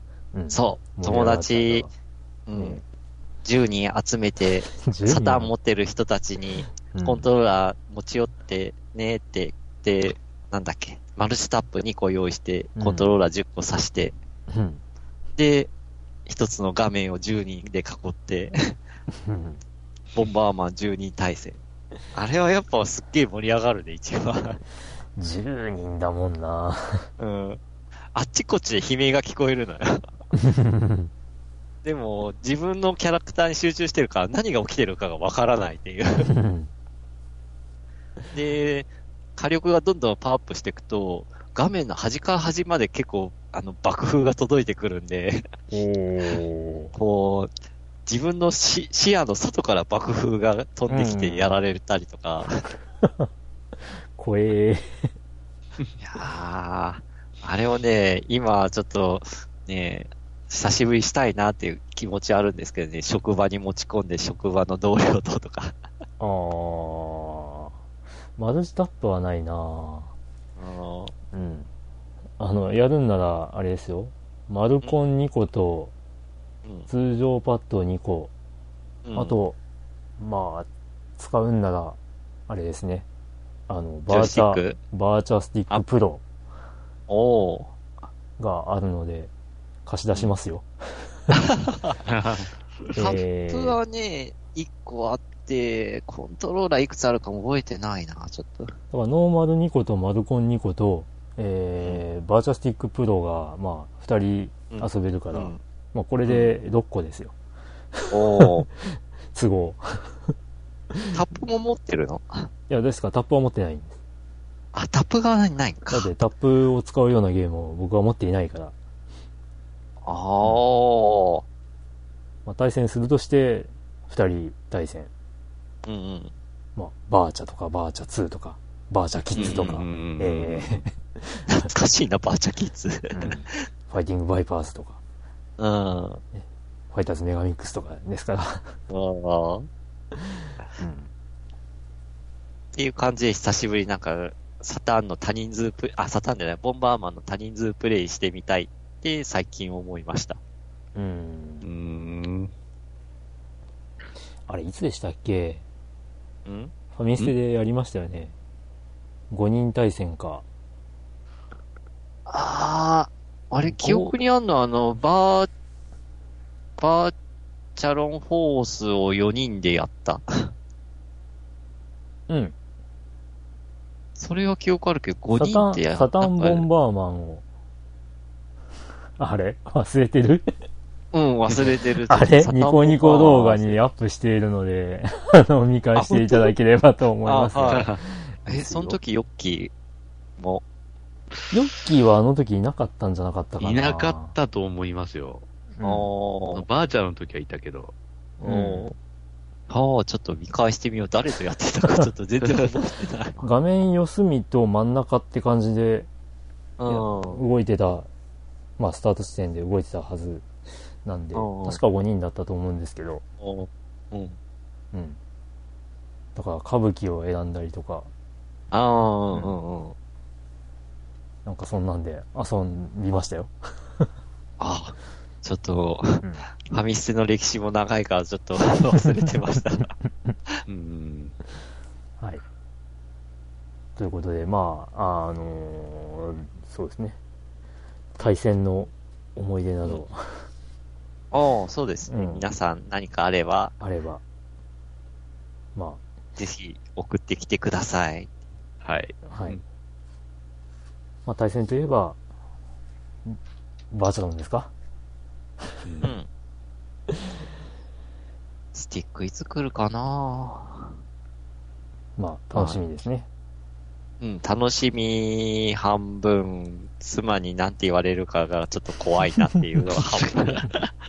友達、10人集めて、サターン持ってる人たちに、コントローラー持ち寄ってねって言って、なんだっけ、マルチタップ2個用意して、コントローラー10個挿して、で、一つの画面を10人で囲って、ボンバーマン10人対戦。あれはやっぱすっげえ盛り上がるね、一番。 10人だもんな。 あっちこっちで悲鳴が聞こえるのよ。でも、自分のキャラクターに集中してるから何が起きてるかがわからないっていう。で、火力がどんどんパワーアップしていくと、画面の端から端まで結構、爆風が届いてくるんで、こう、自分の視野の外から爆風が飛んできてやられたりとか。 怖え。 いやー、あれをね、今ちょっと、ね、久しぶりしたいなっていう気持ちあるんですけどね、職場に持ち込んで職場の同僚とか。 マルチタップはないなうん。やるんなら、あれですよ。マルコン2個と、通常パッド2個。あと、まあ、使うんなら、あれですね。バーチャスティックプロがあるので、貸し出しますよ。 タップはね、1個あって、コントローラーいくつあるかも覚えてないな、ちょっと。だからノーマル2個とマルコン2個と、バーチャスティックプロが、まあ、2人遊べるから、まあ、これで6個ですよ。都合。 タップも持ってるの？ いや、ですからタップは持ってないんです。 あ、タップがないんか。 だってタップを使うようなゲームを僕は持っていないから。まあ、対戦するとして、2人対戦。まあ、バーチャとかバーチャ2とか、バーチャキッズとか、 懐かしいな、バーチャキッズ。 ファイティングバイパーズとか、ファイターズメガミックスとかですから。 っていう感じで久しぶりなんか、サターンの多人数サターンじゃない、ボンバーマンの多人数プレイしてみたいって最近思いました。 あれ、いつでしたっけ？ファミステでやりましたよね。5人対戦か。 あれ、記憶にあんのバーチャロンホースを4人でやった。それは記憶あるけど、5人ってやった。 サタンボンバーマンを。あれ忘れてる？ 忘れてる。 あれニコニコ動画にアップしているので、見返していただければと思います。 その時ヨッキーも。 ヨッキーはあの時いなかったんじゃなかったかな。 いなかったと思いますよ。バーチャーの時はいたけど。 ちょっと見返してみよう。誰とやってたかちょっと全然覚えてない。 画面四隅と真ん中って感じで、動いてた、まあスタート地点で動いてたはずなんで、確か5人だったと思うんですけど、だから歌舞伎を選んだりとか、なんかそんなんで遊びましたよ。 ちょっと、ファミステの歴史も長いからちょっと忘れてました。 はい。ということで、まあ、そうですね。対戦の思い出など。 そうですね。皆さん何かあれば。 まあ。 ぜひ送ってきてください。 はい。 まあ、対戦といえば、バーチャロンですか？ スティックいつ来るかな？ まあ、楽しみですね。 楽しみ半分、妻に何て言われるかがちょっと怖いなっていうのが半分。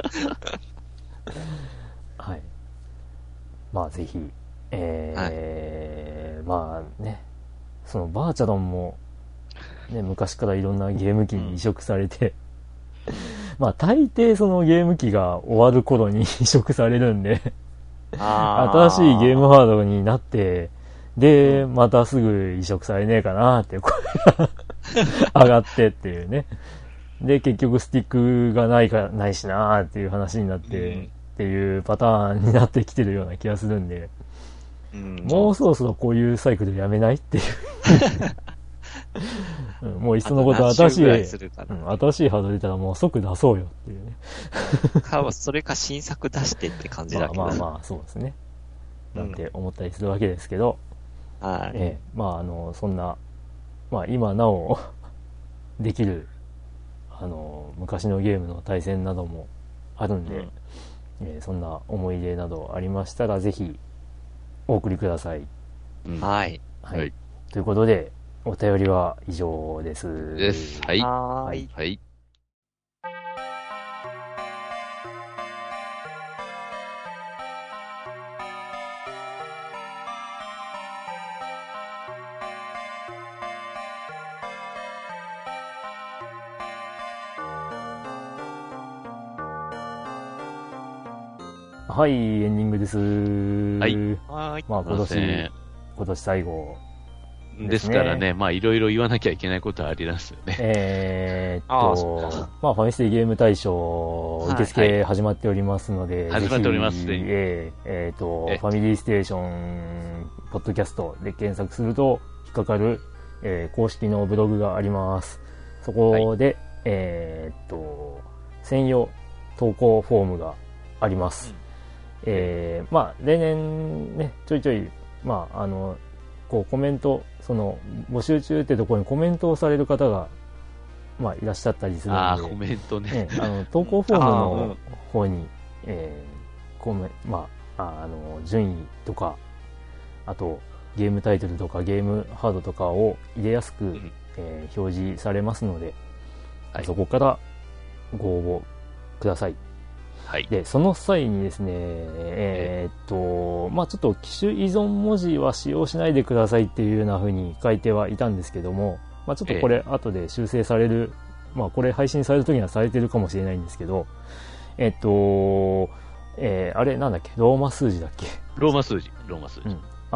はい。まあ、ぜひ、まあね、そのバーチャロンも、ね、昔からいろんなゲーム機に移植されて、まあ大抵そのゲーム機が終わる頃に移植されるんで新しいゲームハードになって、で、またすぐ移植されねえかなって声が上がってっていうね。で、結局スティックがないしなーっていう話になって、っていうパターンになってきてるような気がするんで、もうそろそろこういうサイクルやめないっていうもういっそのこと新しいハード出たらもう即出そうよっていうねそれか新作出してって感じだけど。 まあそうですね。なんて思ったりするわけですけど、まあそんな、まあ今なおできる昔のゲームの対戦などもあるんで、そんな思い出などありましたらぜひお送りください。 はい。 はい。ということで、お便りは以上です。 です。はい。 はい。 はい。 はい、エンディングです。 はい。 まあ今年最後ですからね、まあいろいろ言わなきゃいけないことはありますよね。 まあファミステゲーム大賞受付始まっておりますので、 始まっております。 ファミリーステーションポッドキャストで検索すると引っかかる、公式のブログがあります。そこで、専用投稿フォームがあります。まあ例年ね、ちょいちょい、まあこうコメント、その募集中ってところにコメントをされる方が、まあいらっしゃったりするので、 コメントね。 投稿フォームの方に、順位とか、あとゲームタイトルとかゲームハードとかを入れやすく、表示されますので、そこからご応募ください。 はい、 でその際にですね、まあちょっと機種依存文字は使用しないでくださいっていうような風に書いてはいたんですけども、まあちょっとこれ後で修正される、まあこれ配信される時にはされてるかもしれないんですけど、あれなんだっけ、ローマ数字だっけ？ ローマ数字。うん、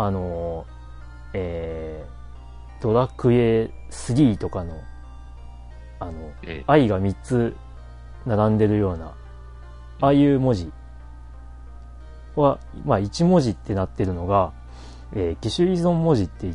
ドラクエ3とかの愛が3つ並んでるようなああいう文字は、まあ1文字ってなってるのが、機種依存文字って言って、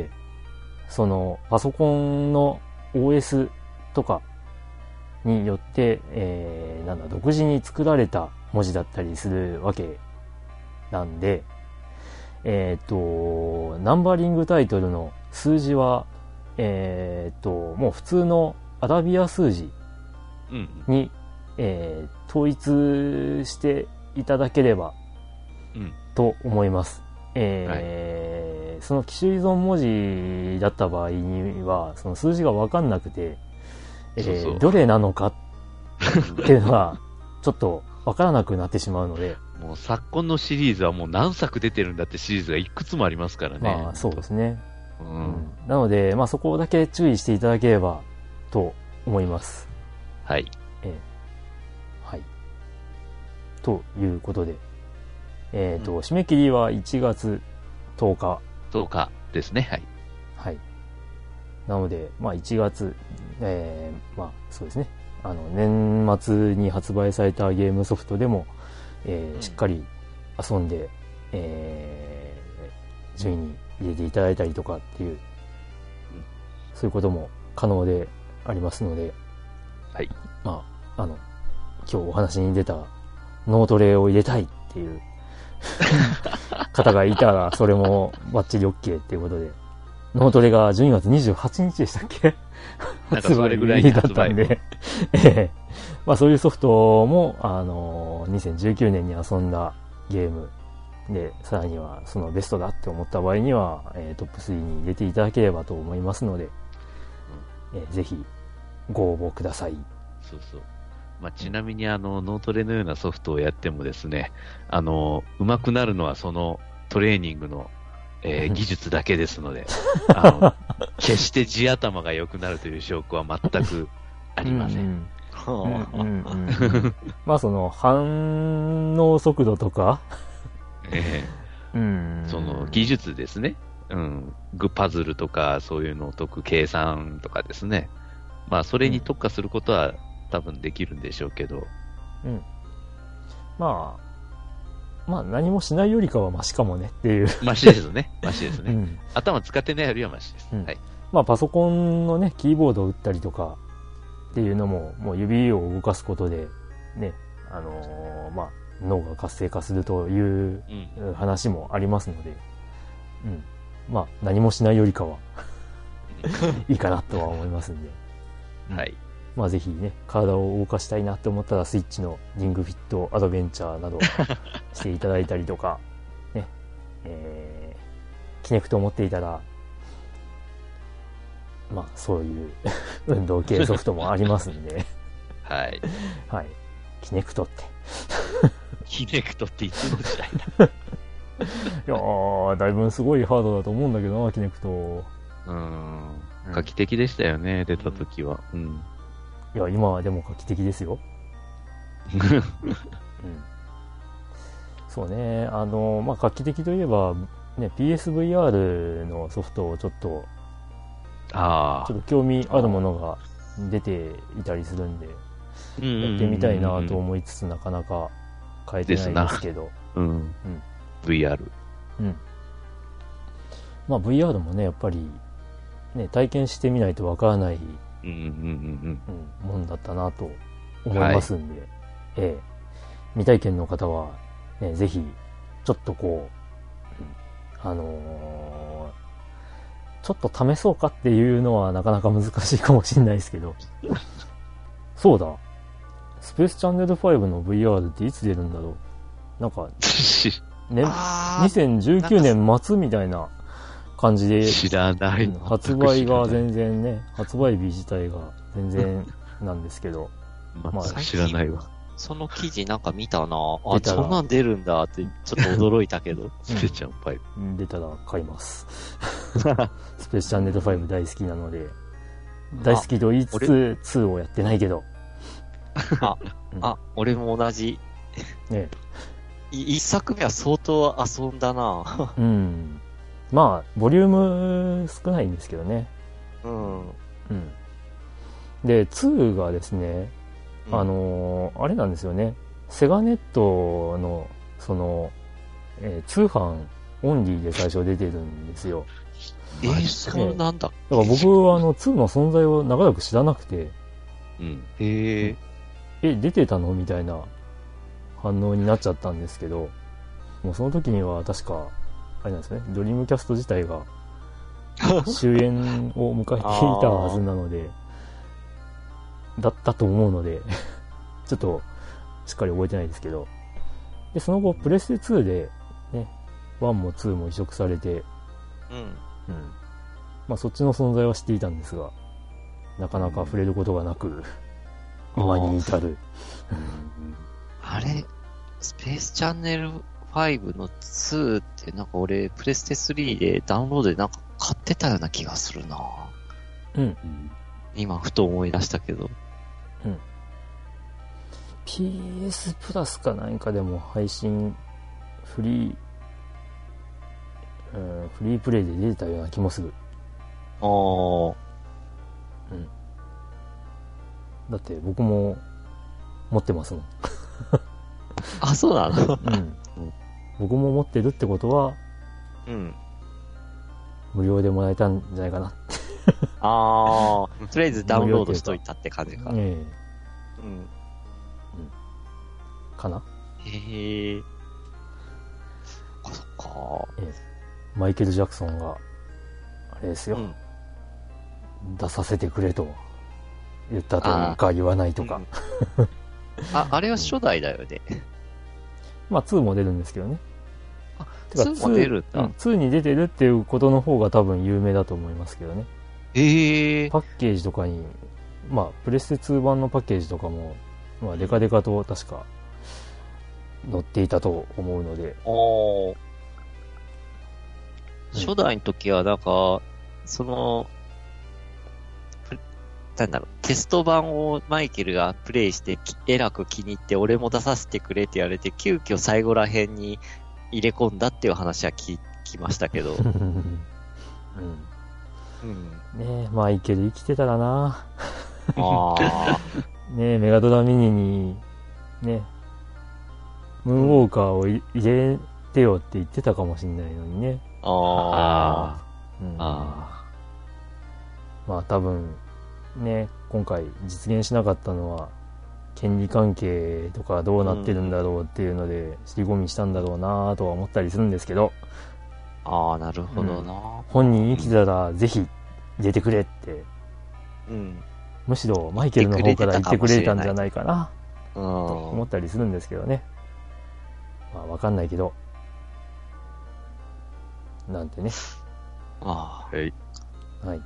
そのパソコンの OS とかによって、独自に作られた文字だったりするわけなんで、ナンバリングタイトルの数字は、もう普通のアラビア数字に、統一していただければと思います。その機種依存文字だった場合にはその数字が分かんなくて、どれなのかっていうのがちょっと分からなくなってしまうので、 もう昨今のシリーズはもう何作出てるんだってシリーズがいくつもありますからね。 まあそうですね。なので、まあ、そこだけ注意していただければと思います。 はい。 はい。ということで、締め切りは1月10日。 10日ですね。はい。 はい。なので、まあ1月、まあそうですね。年末に発売されたゲームソフトでも、しっかり遊んで、順位に入れていただいたりとかっていう、そういうことも可能でありますので、 はい。 まあ、今日お話に出た脳トレを入れたいっていう方がいたら、それもバッチリ OK っていうことで、脳トレが12月28日でしたっけ？ なんかそれぐらいにだったんで、まあそういうソフトも、2019年に遊んだゲームで、さらにはそのベストだって思った場合には、トップ3に入れていただければと思いますので、ぜひご応募ください。 そうそう。まあ、ちなみに脳トレのようなソフトをやってもですね、上手くなるのはそのトレーニングの、技術だけですので、決して地頭が良くなるという証拠は全くありません。 まあその反応速度とか、 その技術ですね。パズルとかそういうのを解く計算とかですね。まあそれに特化することは多分できるんでしょうけど。 まあ何もしないよりかはマシかもねっていう。 マシですね。マシですね。頭使ってないよりはマシです。はい。 まあパソコンのね、キーボードを打ったりとかっていうのも、もう指を動かすことで、ね、まあ脳が活性化するという話もありますので、まあ何もしないよりかはいいかなとは思いますんで。 はい。 まあぜひね、体を動かしたいなって思ったらスイッチのリングフィットアドベンチャーなどしていただいたりとか、ね、キネクトを持っていたら、まあそういう運動系ソフトもありますんで、 はい。 はい。キネクトって。 キネクトっていつの時代だいやー、だいぶすごいハードだと思うんだけどな、キネクト。 画期的でしたよね、出た時は。うん。 いや、今はでも画期的ですよ。うん。そうね、まあ、画期的といえば、ね、PSVR のソフトをちょっと興味あるものが出ていたりするんで、やってみたいなと思いつつ、なかなか変えてないですけど。 VR。 まあ VR もね、やっぱり、ね、体験してみないとわからないもんだったなと思いますんで、未体験の方は、ね、ぜひ、ちょっとこう、ちょっと試そうかっていうのはなかなか難しいかもしれないですけど。そうだ。スペースチャンネル5の VR っていつ出るんだろう。なんか、ね、2019年末みたいな感じで、 知らない。 発売が全然ね、発売日自体が全然なんですけど。 まあ、知らないわ。 その記事なんか見たなあ、そんなん出るんだってちょっと驚いたけど。 スペースチャンネル5。 出たら買います。スペースチャンネル5大好きなので、大好きと言いつつ2をやってないけど。 俺も同じ。ね。一作目は相当遊んだな。 まあ、ボリューム少ないんですけどね。で、2がですね、あれなんですよね。セガネットの、通販オンリーで最初出てるんですよ。 そうなんだ。 だから僕は2の存在を長らく知らなくて、出てたのみたいな反応になっちゃったんですけど、もうその時には確か、あれなんですね、ドリームキャスト自体が終焉を迎えていたはずなので、だったと思うので、ちょっとしっかり覚えてないですけど、で、その後、プレステ2で、ね、1も2も移植されて、まあそっちの存在は知っていたんですが、なかなか触れることがなく、今に至る。 あれ、スペースチャンネル5の2ってなんか俺、プレステ3でダウンロードでなんか買ってたような気がするな今、ふと思い出したけど。 PS プラスか何かでも配信、フリープレイで出てたような気もする。だって僕も持ってますもん。 そうなの？ 僕も持ってるってことは、無料でもらえたんじゃないかな。 とりあえずダウンロードしといたって感じか。 かな？ そっか。 マイケル・ジャクソンが、あれですよ。出させてくれと言ったとか言わないとか。 あれは初代だよね。 まあ2も出るんですけどね。 2も出るんだ。 2に出てるっていうことの方が多分有名だと思いますけどね。パッケージとかに、まあプレステ2版のパッケージとかも、まあデカデカと確か載っていたと思うので。 初代の時はなんか、テスト版をマイケルがプレイしてえらく気に入って俺も出させてくれって言われて急遽最後ら辺に入れ込んだっていう話は聞きましたけど。 ねえ、マイケル生きてたらな。ねえ、メガドラミニに、ね、ムーンウォーカーを入れてよって言ってたかもしれないのにね。まあ多分、ね、今回実現しなかったのは権利関係とかどうなってるんだろうっていうので尻込みしたんだろうなとは思ったりするんですけど、 なるほどな、 本人生きてたらぜひ入れてくれってむしろマイケルの方から言ってくれたんじゃないかな、 うん。 と思ったりするんですけどね。まあわかんないけど。なんてね。 あはい。 はい。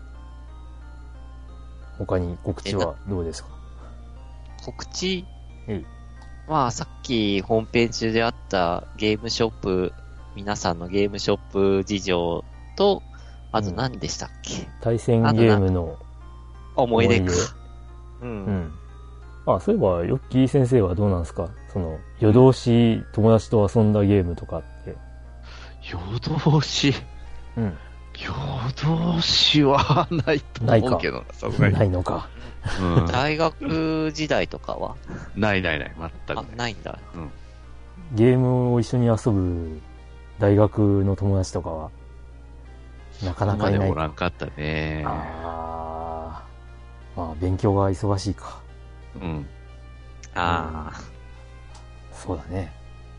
他に告知はどうですか？ 告知えい。 まあ、さっきホームページであったゲームショップ、皆さんのゲームショップ事情と、あと何でしたっけ、 対戦ゲームの思い出か。う。 うんん。あ、そういえば、ヨッキー先生はどうなんですか？その、夜通し友達と遊んだゲームとかって。 夜通し。 うん。 夜通しはないと思うけどな、さすがに。 ないのか。 うん。 大学時代とかはない、全くあない。、 ないんだ。 ゲームを一緒に遊ぶ大学の友達とかは、なかなかいないそこまでお。らんかったね。 ああ。まあ、勉強が忙しいか。 うん。 ああ、 そうだね。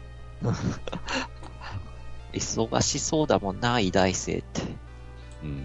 忙しそうだもんな、医大生って。 うん。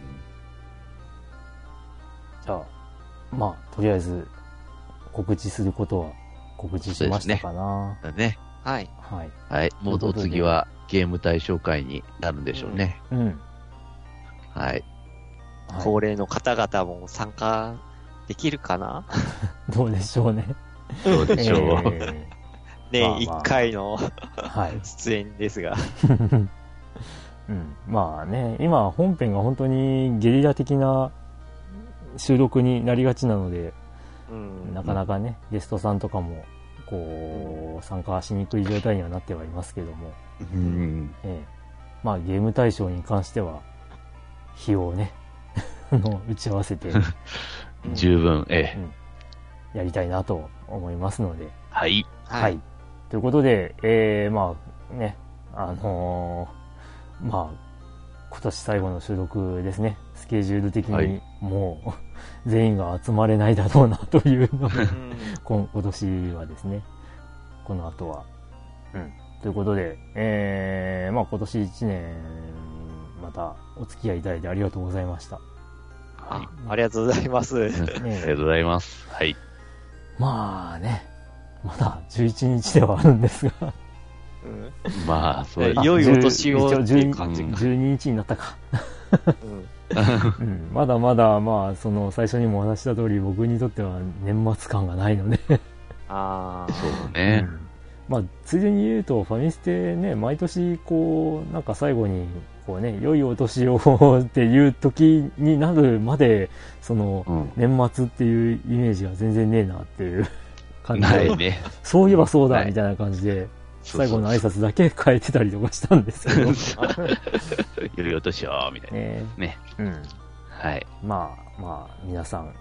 じゃあ、まあ、とりあえず、告知することは告知しましたかな。 だね。 はい。 はい。 はい。もうお次はゲーム対象会になるんでしょうね。 うん。 はい。 はい高齢の方々も参加できるかな、 どうでしょうね。 どうでしょう。 年1回のはい。 出演ですが。 うん。まあね、今本編が本当にゲリラ的な収録になりがちなので、 うん。 なかなかね、ゲストさんとかも、こう、参加しにくい状態にはなってはいますけども、 うん。 まあゲーム対象に関しては、日をね、打ち合わせて、 十分、 やりたいなと思いますので、 はい。 はい。ということで、まあね、まあ、今年最後の収録ですね。スケジュール的にもう、全員が集まれないだろうなというので、今年はですね、この後は。ということで、まあ今年1年、またお付き合いいただいてありがとうございました。 ありがとうございます。 ありがとうございます。はい。 まあね、まだ11日ではあるんですが、 まあ、そうです。 良いお年をっていう一応感じか。 12日になったか。 うんまだまだ、まあ、最初にもお話した通り、僕にとっては年末感がないのでああ。 そうね。 まあ、ついでに言うと、ファミステね、毎年、こう、なんか最後に、こうね、良いお年をっていう時になるまで、年末っていうイメージが全然ねえなっていう感じで、 ないね。 そういえばそうだ、 ないみたいな感じで、 そうそう最後の挨拶だけ変えてたりとかしたんですけど、 よりお年を、みたいな。 ね。 ね。はい。 まあ、皆さん、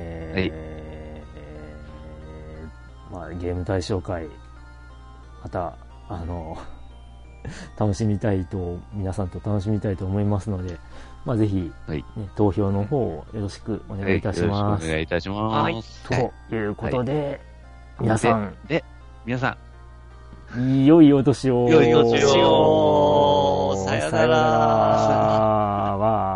まあ、ゲーム対象会、また、楽しみたいと、皆さんと楽しみたいと思いますので、まあ、ぜひ、 はい。 投票の方をよろしくお願いいたします。 よろしくお願いいたします。 ということで、皆さん、 皆さ良いお年を。 良いお年をさよならわー